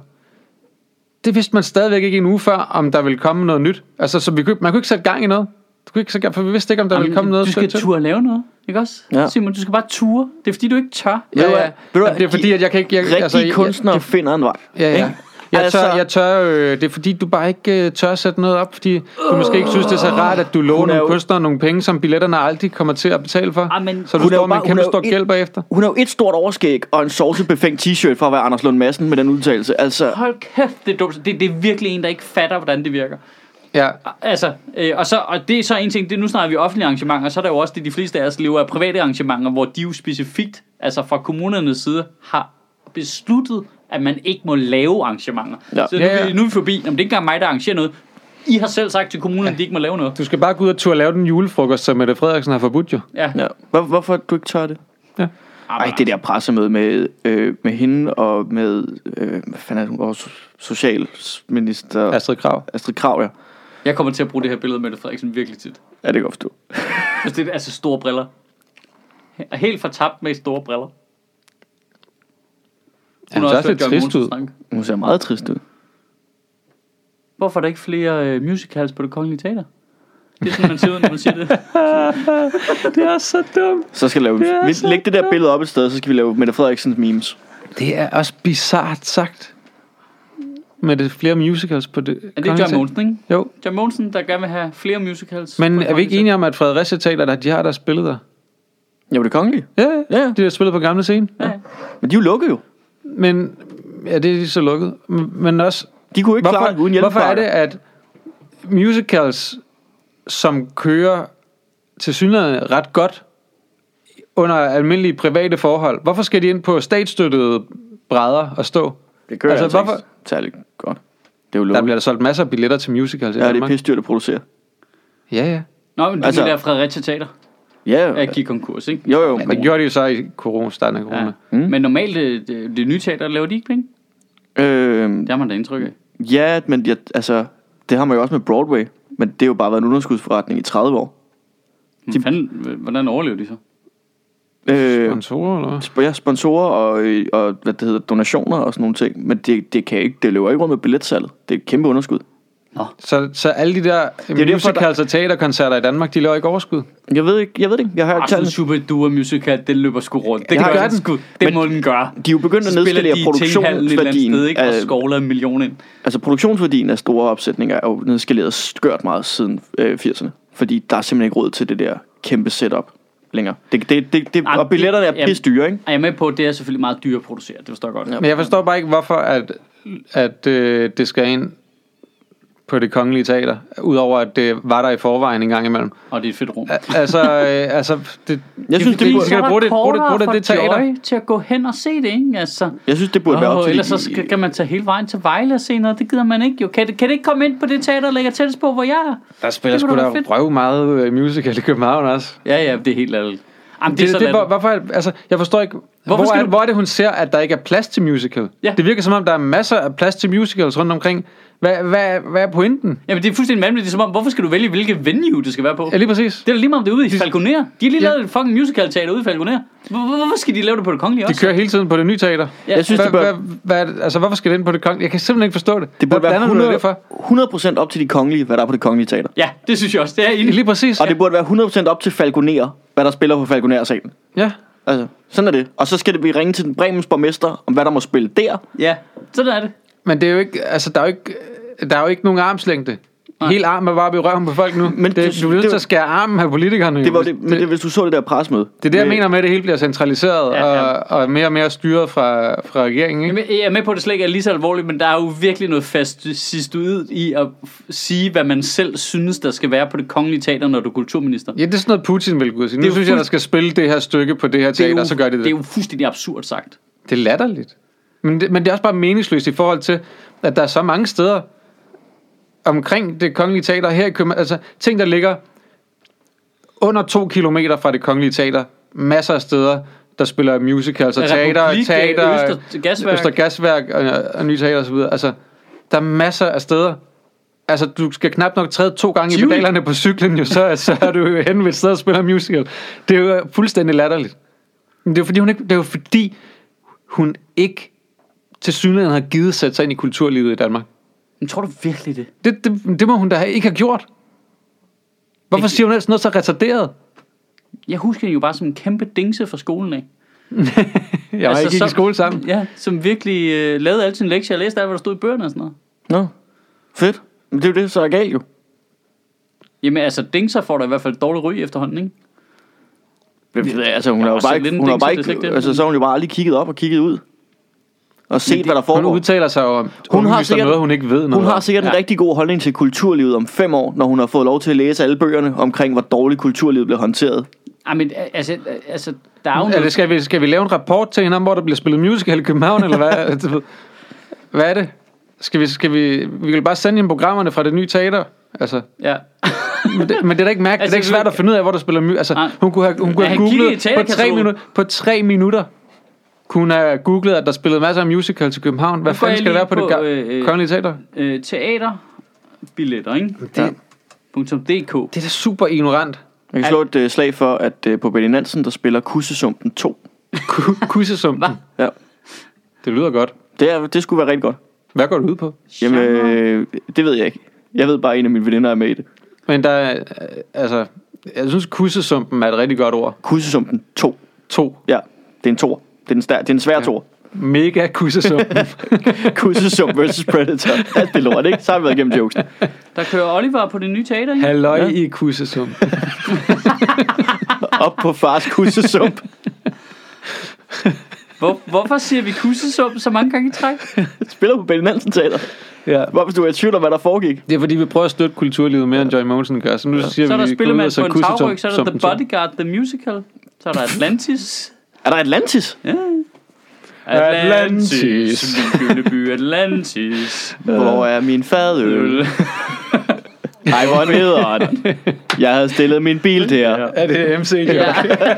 Det vidste man stadigvæk ikke en uge før, om der ville komme noget nyt. Altså, så vi kunne, man kunne ikke sætte gang i noget. Du kunne ikke sætte gang, for vi vidste ikke, om der Jamen, ville komme noget. du skal til. turde lave noget, ikke også? Ja. Simon, du skal bare ture. Det er fordi, du ikke tør. Ja, Ved du ja. hvad? Ved du hvad? Det er fordi, at jeg kan ikke... Jeg, Rigtige altså, jeg, kunstnere jeg, finder en vej. Ja, ja. Ikke? Jeg Altså- tør, jeg tør øh, det er fordi, du bare ikke øh, tør sætte noget op, fordi du måske ikke synes, det er så rart, at du lover Hun er nogle jo- kunstnere nogle penge, som billetterne aldrig kommer til at betale for. Ah, men- så du Hun er står jo med bare- en kæmpe hun er jo stor et- gæld bagefter. Hun har jo et stort overskæg og en sovsebefængt t-shirt fra at være Anders Lund Madsen med den udtalelse. Altså, Hold kæft, det er dumt. Det, det er virkelig en, der ikke fatter, hvordan det virker. Ja, Altså, øh, og, så, og det er så en ting, det, nu snakker vi offentlige arrangementer, og så er der jo også det, de fleste af os lever af private arrangementer, hvor de jo specifikt, altså fra kommunernes side, har besluttet, at man ikke må lave arrangementer. Ja. Så nu, Ja, ja, ja. ja. nu er vi forbi, jamen, det er ikke engang mig, der arrangerer noget. I har selv sagt til kommunen, at de ikke må lave noget. du skal bare gå ud og turde lave den julefrokost, som Mette Frederiksen har forbudt jo. Ja. ja. Hvor, hvorfor du ikke tør det? Ja. Ej, det der pressemøde med, øh, med hende og med, øh, hvad fanden er det, hun var socialminister Astrid Krag. Astrid Krag, ja. Jeg kommer til at bruge det her billede med Mette Frederiksen virkelig tit. Ja, det kan jeg godt forstå. Altså, det er altså store briller. Helt fortabt med store briller. Hun ser også lidt trist ud. Hun ser meget trist ud. Hvorfor er der ikke flere uh, musicals på Det Kongelige Teater? Det er sådan, man siger ud, når man siger det. Det er så dumt. Så skal lave, vi så lægge det der billede op et sted, så skal vi lave Mette Frederiksens memes. Det er også bizarrt sagt. Med det flere musicals på Det Er det John Mogensen, ikke? Jo. John Mogensen, der gerne vil have flere musicals. Men er vi ikke enige om, at Fredericia Teater, der de har deres billeder? Jo, Det Kongelige. Ja, ja. De har spillet på gamle scene. Ja. Men de er jo lukket jo. Men, ja, det er så lukket. Men også... De kunne ikke hvorfor, klare det uden hvorfor er det, hjælpepakker? at musicals, som kører til synligheden ret godt under almindelige private forhold, hvorfor skal de ind på statsstøttede brædder og stå? Det gør altså, altså altså hvorfor? ikke særlig godt. Det er jo Der lukket. bliver der solgt masser af billetter til musicals i Ja, det er Danmark. pisse dyrt at producere. Ja, ja. Nå, men du Altså- altså, der Fredericia Teater Ja, er gik konkurs, ikke? jo jo. Men Men, det gjorde de jo så i corona, starten af corona. Ja. Mm. Men normalt, det, det, det nye teater, laver de ikke penge? øh, Det har man da indtryk af. ja, men jeg, altså, det har man jo også med Broadway. Men det har jo bare været en underskudsforretning i tredive år. De... Fanden, hvordan overlever de så? Øh, Sponsorer, eller hvad? sp- ja, sponsorer og, øh, og hvad det hedder, donationer og sådan nogle ting. Men det, det kan ikke, det løber ikke rundt med billetsalget. Det er et kæmpe underskud. Nå. Så, så alle de der er derfor, musicals og teaterkoncerter i Danmark, de laver ikke overskud? Jeg ved ikke, jeg ved det ikke. Jeg har ikke Arsenal talt. Superdua musical, den løber sgu rundt. Det Ja, gør gør den den. sgu. Det Men må den gøre. De er jo begyndt at Så spiller nedskalere de i Tinghallen et eller andet produktionsværdien. sted, ikke? Og af- skovler en million ind. Altså produktionsværdien af store opsætninger er jo nedskaleret skørt meget siden øh, firserne. Fordi der er simpelthen ikke råd til det der kæmpe setup længere. Det, det, det, det, Ej, og billetterne er det- pisse dyre, ikke? Og jeg er med på, at det er selvfølgelig meget dyrt at producere. Det forstår jeg godt. Men jeg forstår bare ikke, hvorfor at, at øh, det skal ind på Det Kongelige Teater, udover at det var der i forvejen en gang imellem. Og det er et fedt rum. Al- altså, øh, altså det, Jeg synes, det fordi- burde, skal du bruge det- bruge det- bruge det- det teater? Joy til at gå hen og se det, ikke? Altså, jeg synes, det burde være op åh, til ellers de- så skal, kan man tage hele vejen til Vejle og se noget. Det gider man ikke jo. Kan det, kan det ikke komme ind på det teater, der ligger tættest på, hvor jeg er? der spiller Det sgu kunne da da være fedt. røv meget øh, musical i København også. Ja, ja, det er helt ærligt. Jamen, Det, så det, det, hvor, latterligt. hvorfor, er- altså, jeg forstår ikke, Hvorfor hvor skal er, du- hvor er det, hun ser, at der ikke er plads til musical? Ja. Det virker som om, der er masser af plads til musicals rundt omkring. Hvad, hvad, hvad er pointen? Jamen, det er fuldstændig vanvittigt. Det er som om, hvorfor skal du vælge, hvilket venue det skal være på? Ja, lige præcis. Det er da lige meget, om det er ude i Falconer. De har lige Ja. lavet et fucking musical-teater ude i Falconer. Hvor- hvor- Hvorfor skal de lave det på Det Kongelige De også? kører hele tiden på Det Nye Teater. Ja. Jeg synes, hvad, det burde, hvad, hvad, altså, hvorfor skal det ind på Det Kongelige? Jeg kan simpelthen ikke forstå det. det burde Hvad være blander du det for? hundrede procent op til de kongelige, hvad der er på Det Kongelige Teater. Ja, det synes jeg også. Det er enig. Lige præcis. Og det burde være hundrede procent op til Falconer, hvad der spiller på Falconer-salen. Ja. Altså, sådan er det. Og så skal det, vi ringe til den Bremens borgmester, om hvad der må spille der. Ja, sådan er det. Men det er jo ikke, altså, der er jo ikke, der er jo ikke nogen armslængde. Nej. Helt arm er bare oppe i røven på folk nu. Men Men det, det- du er nødt det- til at skære armen af politikerne. Det var jo. det, men det, hvis du så det der presmøde. Det er det, jeg med- mener med, at det hele bliver centraliseret Ja, ja. Og, og mere og mere styret fra, fra regeringen. Ikke? Jamen, jeg er med på, at det slet ikke er lige så alvorligt, men der er jo virkelig noget fascistoid i at f- sige, hvad man selv synes, der skal være på Det Kongelige Teater, når du er kulturminister. Ja, det er sådan noget, Putin vil gå sige. Nu Det er jo synes jeg, der fuld- skal spille det her stykke på det her Det er, teater, jo, så gør de det. det er jo fuldstændig absurd sagt. Det er latterligt. Men det, men det er også bare meningsløst i forhold til, at der er så mange steder omkring Det Kongelige Teater her i København. Altså ting, der ligger under to kilometer fra Det Kongelige Teater. Masser af steder, der spiller musicals og teater, Republik, teater, Øster Gasværk. Øster Gasværk og, og nye teater og så videre. Altså, der er masser af steder. Altså, du skal knap nok træde to gange Tivoli. i pedalerne på cyklen, jo, så, så er du jo henne ved et sted og spiller musical. Det er jo fuldstændig latterligt. Men det er jo fordi, hun ikke, det er jo fordi, hun ikke til synligheden har givet sætte sig ind i kulturlivet i Danmark. Men tror du virkelig det? Det, det, det må hun da ikke have gjort. Hvorfor siger hun ellers noget så retarderet? Jeg husker hende jo bare som en kæmpe dingse fra skolen af. Jeg altså, Altså, ikke gik som- i skole sammen. Ja, som virkelig øh, lavede alle sine lektier og læste alt, hvad der stod i bøgerne og sådan noget. Nå, fedt. Men det er jo det, så er galt jo. Jamen altså, dingser får da i hvert fald et dårligt ry efterhånden, ikke? Altså, hun Jeg har jo har bare også ikke, lidt en hun har dingse, bare det er slet ikke, ikke det. altså, så har hun jo bare aldrig kigget op og kigget ud. Og set, det- hvad der Hun foregår. udtaler sig jo om Hun har hun sikkert- noget, hun ikke ved noget Hun har om. sikkert en Ja. rigtig god holdning til kulturlivet om fem år, når hun har fået lov til at læse alle bøgerne omkring, hvor dårligt kulturlivet bliver håndteret. Ej, men altså, altså der er jo Ja, noget... det skal, vi, skal vi lave en rapport til hende om, hvor der bliver spillet musical i København, eller hvad? Du ved. Hvad er det? Skal vi, skal vi, vi vil bare sende hende programmerne fra Det Nye Teater. Altså, Ja. men, det, men det er da ikke mærkeligt. Altså, Altså, det er ikke svært at finde ud af, hvor der spiller musical. Altså, Nej. hun kunne have, hun kunne Ja, have han kiggede i googlet på tre, teaterkataloget. minutter, på tre minutter. Kunne hun have googlet, at der spillede masser af musical til København. Hvad Nu går fanden jeg skal det være lige på, på, det øh, ga- øh, Kongelige Teater? øh, teater, billetter, ikke? Det, .dk. det er da super ignorant. Jeg kan slå et uh, slag for, at uh, på Benny Nansen, der spiller Kussesumpen to. Kussesumpen. Ja. Det lyder godt. Det, er, det skulle være rigtig godt. Hvad går det ud på? Jamen, øh, det ved jeg ikke. Jeg ved bare, at en af mine veninder er med i det. Men der er, øh, altså, jeg synes, kussesumpen er et rigtig godt ord. Kussesumpen to. To. Ja, det er en toer. Det er en, stær- det er en svær ja. toer. Mega kussesumpen. Kussesump versus Predator. Alt det lort, ikke? Så har vi været igennem jokesen. Der kører Oliver på det nye teater, ikke? Halløj Ja. i kussesumpen. Op på fars kussesump. Hvor, hvorfor siger vi kussesump så mange gange i træk? Spiller på Benny Nansen Teater. Ja. Hvor hvis du er i tvivl om, hvad der foregik. Det er fordi, vi prøver at støtte kulturlivet mere, end Joy Mogensen gør. Så nu ja. siger Så er der vi, spillemand på en kussesumpen tagryg, så er der The to. Bodyguard, The Musical. Så er der Atlantis. Er der Atlantis? Ja. Atlantis, min gyldne by Atlantis. Hvor er min fadøl? Nej, hvor hedder den? Jeg havde stillet min bil der. Er det M C? Ja.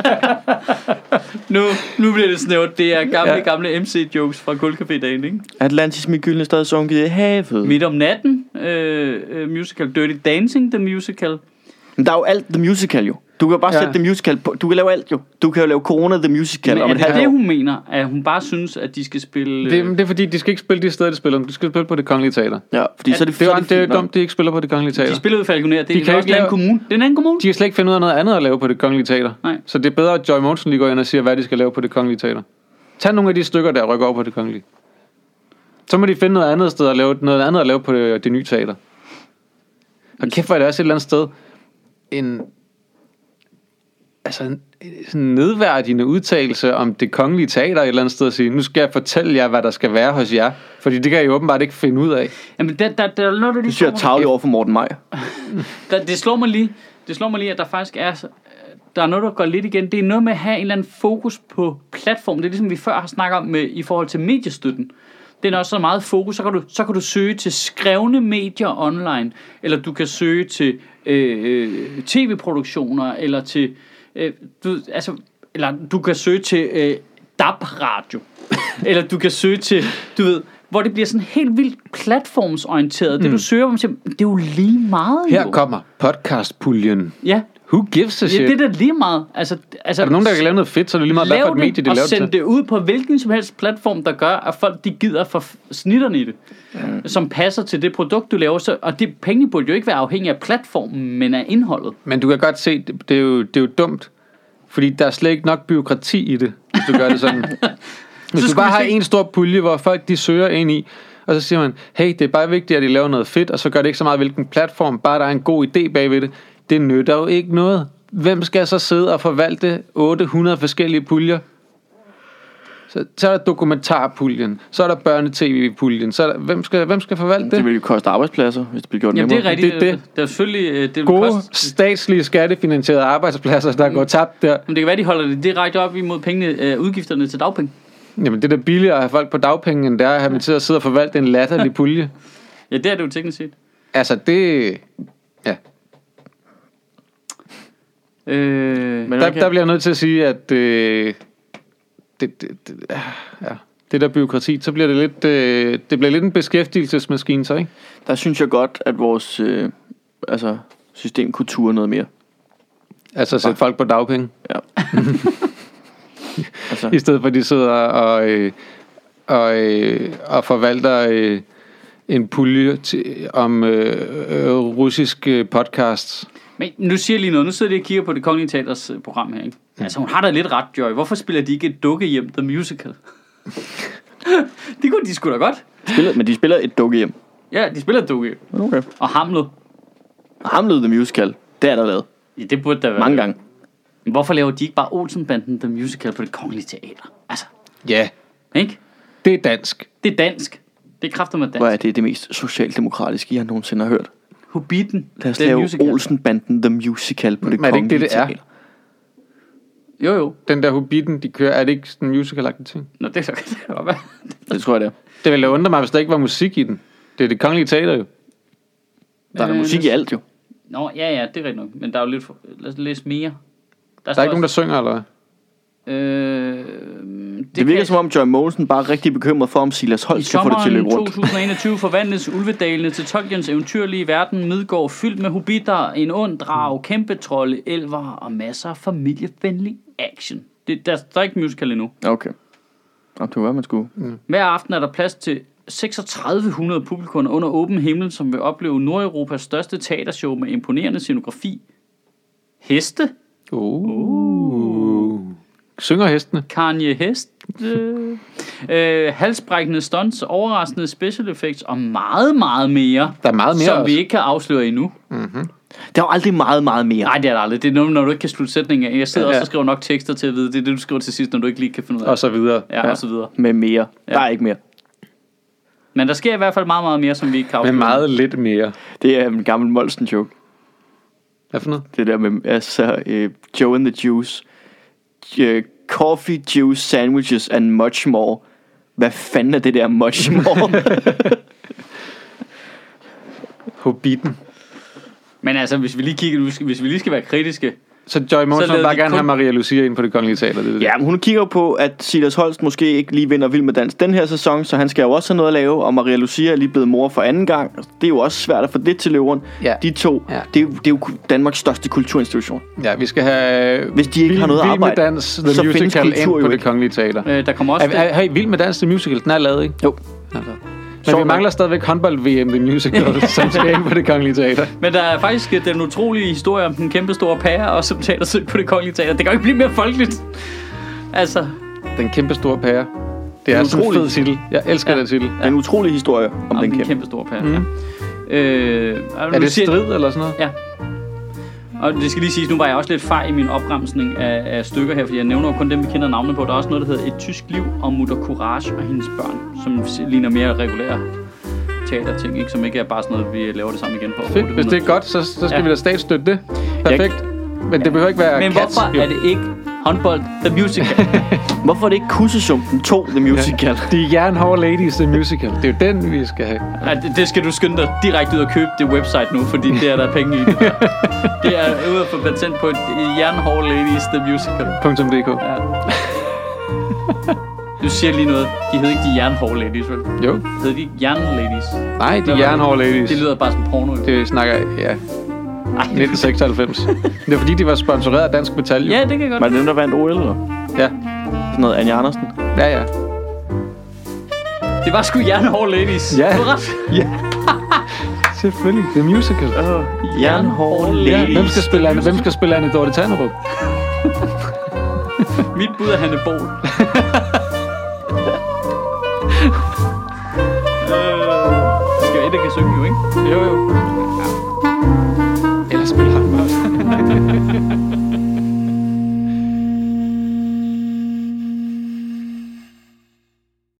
nu, nu bliver det snævert. Det er gamle, Ja. gamle M C-jokes fra Kulcafé-dagen, ikke? Atlantis, min gyldne stad, sunket i havet. Midt om natten, øh, øh, musical. Dirty Dancing, The Musical. Men der er jo alt The Musical jo. Du kan bare Ja. sætte The Musical på. Du kan lave alt jo. Du kan jo lave Corona The Musical Men om er et det halvt det, år. hun mener? At hun bare synes, at de skal spille... Det, det er fordi, de skal ikke spille de steder, de spiller. De skal spille på det kongelige teater. Ja, fordi så er det, Det så er, er det er jo fint nok. dumt, de ikke spiller på det kongelige teater. de spiller ud i Falconer. Det De er kan også ikke en lave- kommune. Det er en anden kommune. De kan slet ikke finde ud af noget andet at lave på det kongelige teater. Nej. Så det er bedre, at Joy Mogensen lige går ind og siger, hvad de skal lave på det kongelige teater. Tag nogle af de stykker, der rykker over på det kongelige. Så må de finde noget andet sted at lave, noget andet at lave på det, det nye teater. Og kæft, hvor er det også et eller andet sted en, altså en, sådan en nedværdigende udtalelse om det kongelige teater et eller andet sted at sige, nu skal jeg fortælle jer, hvad der skal være hos jer. Fordi det kan I åbenbart ikke finde ud af. Jamen, der, der, der er noget, der lige Det synes jeg er slår mig. tavligt over for Morten Meier. Der, det slår mig lige, det slår mig lige, at der faktisk er, så- der er noget, der går lidt igen. Det er noget med at have en eller anden fokus på platform. Det er ligesom vi før har snakket om med, i forhold til mediestøtten. Det er også så meget fokus. Så kan du, så kan du søge til skrevne medier online, eller du kan søge til øh, tv-produktioner, eller til, øh, du, altså, eller du kan søge til øh, D A B-radio, eller du kan søge til, du ved, hvor det bliver sådan helt vildt platformsorienteret. Det du søger om, det er jo lige meget. Her jo. kommer podcastpuljen. Ja. Who gives a shit? Ja, det er da lige meget. Altså, altså, Er der nogen, der kan lave noget fedt, så er det lige meget, hvad for et medie de og laver det send til? det ud på hvilken som helst platform, der gør, at folk de gider for snitterne i det. Ja. Som passer til det produkt, du laver. Så, og det penge burde jo ikke være afhængig af platformen, men af indholdet. Men du kan godt se, det, det, er jo, det er jo dumt. Fordi der er slet ikke nok byråkrati i det, hvis du gør det sådan. Hvis Så du skulle bare vi har se- en stor pulje, hvor folk de søger ind i, og så siger man, hey, det er bare vigtigt, at de laver noget fedt, og så gør det ikke så meget, hvilken platform, bare der er en god idé bagved det. Det nytter jo ikke noget. Hvem skal så sidde og forvalte otte hundrede forskellige puljer? Så, så er der dokumentarpuljen, så er der børnetv-puljen, så er der, hvem, skal, hvem skal forvalte Det det? vil jo koste arbejdspladser, hvis det bliver gjort Jamen nemmere. det er rigtigt. Det Det, er det. det. det er selvfølgelig øh, det vil Gode, koste. statslige, skattefinansierede arbejdspladser, der går tabt der. Men det kan være, de holder det direkte op imod pengene, øh, udgifterne til dagpenge. Jamen det er da billigere at have folk på dagpenge, end det er at have dem til at sidde og forvalte en latterlig pulje. Ja, det er det jo teknisk set. Altså det... Ja. Øh, Men Der, okay. der bliver jeg nødt til at sige, at øh, det, det, det, ja, det der byråkrati, så bliver det lidt, øh, det bliver lidt en beskæftigelsesmaskine, så ikke? Der synes jeg godt, at vores øh, altså, system kunne ture noget mere. Altså at sætte folk på dagpenge, Ja. altså, i stedet for at de sidder og, øh, og, øh, og forvalter øh, en pulje til, om øh, øh, russiske podcasts. Men nu siger jeg lige noget. Nu sidder de og kigger på det Kongelige Teaters øh, program her, ikke? Altså, hun har da lidt ret, Joy. Hvorfor spiller de ikke et dukkehjem, The Musical? Det kunne de sgu da godt. spiller, men de spiller et dukkehjem. Ja, de spiller et dukkehjem. Okay. Og Hamlet. Hamlet The Musical, det er der lavet. Ja, det burde da være. Mange gange. Men hvorfor laver de ikke bare Olsenbanden, The Musical, på det Kongelige Teater? Altså, Ja, ikke? det er dansk. Det er dansk. Det er kraftigt med dansk. Hvor er det det mest socialdemokratiske, jeg nogensinde har hørt. Hobbiten, Lad os The lave Musical. Olsenbanden The Musical på det Men er det ikke kongelige det, det er? teater. Jo, jo. Den der Hobbiten, de kører, er det ikke sådan en musical-agtig ting? Nå, det er så det kan godt være. Det tror jeg, det er. Det ville da undre mig, hvis der ikke var musik i den. Det er det kongelige teater jo. Der er der Øh, musik i alt jo. Nå, ja, ja, det er rigtigt nok. Men der er jo lidt... For... Lad os læse mere. Der er ikke nogen, der synger, eller hvad? Øh, det, det virker kan... som om Joy Mogensen bare er rigtig bekymret for, om Silas Holst skal få det til at løbe rundt. I sommeren to tusind og enogtyve forvandles ulvedalene til Tolkiens eventyrlige verden. Midgård fyldt med hobitter, en ond drag, kæmpe trolde, elver og masser af familievenlig action. Det, der, der er ikke musical endnu. Okay. Og det var, man skulle. Mm. Hver aften er der plads til seksogtredive hundrede publikummer under åben himmel, som vil opleve Nordeuropas største teatershow med imponerende scenografi. Heste? Uh. Uh. Synger hestene? Kanye Hest. Øh, øh, halsbrækkende stunts, overraskende special effects og meget, meget mere. Der er meget mere som også. Vi ikke kan afsløre endnu. Mm-hmm. Der er jo aldrig meget, meget mere. Nej, det er der aldrig. Det er noget, når du ikke kan slutte sætninger af. Jeg sidder ja, ja. også og skriver nok tekster til at vide. Det er det, du skriver til sidst, når du ikke lige kan finde ud af. Og så videre. Ja, ja. og så videre. Med mere. Ja. Der er ikke mere. Men der sker i hvert fald meget, meget mere, som vi ikke kan afsløre. Med meget lidt mere. Det er en gammel Molsten-joke. Hvad for noget? Det der med, altså, uh, Joe and the Juice. Uh, coffee, juice, sandwiches and much more. Hvad fanden er det der much more? Hobbiten. Men altså, hvis vi lige kigger, hvis vi lige skal være kritiske. Så Joy Mogensen vil bare gerne kun... have Maria Lucia ind på Det Kongelige Teater. Det, det. Ja, men hun kigger jo på, at Silas Holst måske ikke lige vinder Vild med Dans den her sæson, så han skal jo også have noget at lave, og Maria Lucia er lige blevet mor for anden gang. Det er jo også svært at få det til at løbe rundt. Ja. De to, ja. det, er jo, det er jo Danmarks største kulturinstitution. Ja, vi skal have Hvis de ikke Vild, har noget Vild arbejde, med Dans, The så Musical ind på Det ikke. Kongelige Teater. Øh, der kommer også... Er, er, hey, Vild med Dans, The Musical, den er lavet, ikke? Jo. Altså. Men så vi mangler stadigvæk håndbold-V M The Musical, som skal ind på Det Kongelige Teater. Men der er faktisk den utrolige historie om den kæmpe store pære, også som teatersøg på Det Kongelige Teater. Det kan jo ikke blive mere folkeligt. Altså... Den kæmpe store pære. Det er en utrolig fed titel. Jeg elsker ja. den titel. Ja. En utrolig historie om, om den, den kæmpe. kæmpe store pære. Mm. Ja. Øh, er det siger... strid eller sådan noget? Ja. Og det skal lige siges, nu var jeg også lidt fej i min opremsning af, af stykker her, fordi jeg nævner jo kun dem, vi kender navnene på. Der er også noget, der hedder Et tysk liv og Mutter Courage og hendes børn, som ligner mere regulære teaterting, ikke? Som ikke er bare sådan noget, vi laver det sammen igen på. Fedt. Hvis det er godt, så, så skal ja. vi da statsstøtte det. Perfekt. Jeg... Men det behøver ikke være Men Cats, hvorfor jo. er det ikke håndbold The Musical? Hvorfor er det ikke Kussesumpen to The Musical? Ja. Det er Jernhårde Ladies The Musical. Det er jo den, vi skal have. Nej, det, det skal du skynde dig direkte ud og købe det website nu, fordi det er der penge i det der. Det er ude at få patent på Jernhårde Ladies The Musical. .dk. Ja. Du siger lige noget. De hedder ikke de Jernhårde Ladies, vel? Jo. Hedder de Jern Ladies? Nej, de Jernhårde Ladies. Det lyder bare som porno. Jo. Det snakker, ja. Ej. nitten seksoghalvfems. Det er fordi, de var sponsoreret af Dansk Metal. Ja, det kan jeg godt. Var det dem, der vandt O L, eller? Ja. Sådan noget Anja Andersen? Ja, ja. Det var sgu Jernhårde Ladies. Ja. Du har ret. Ja. Selvfølgelig. The Musical. Uh, Jernhårde Ladies. Ja, hvem skal spille Anne, hvem skal spille Anne Dorte Tannerup? Mit bud er Hanne Bol. Skal vi ikke kan synge jo, ikke? Jo, jo.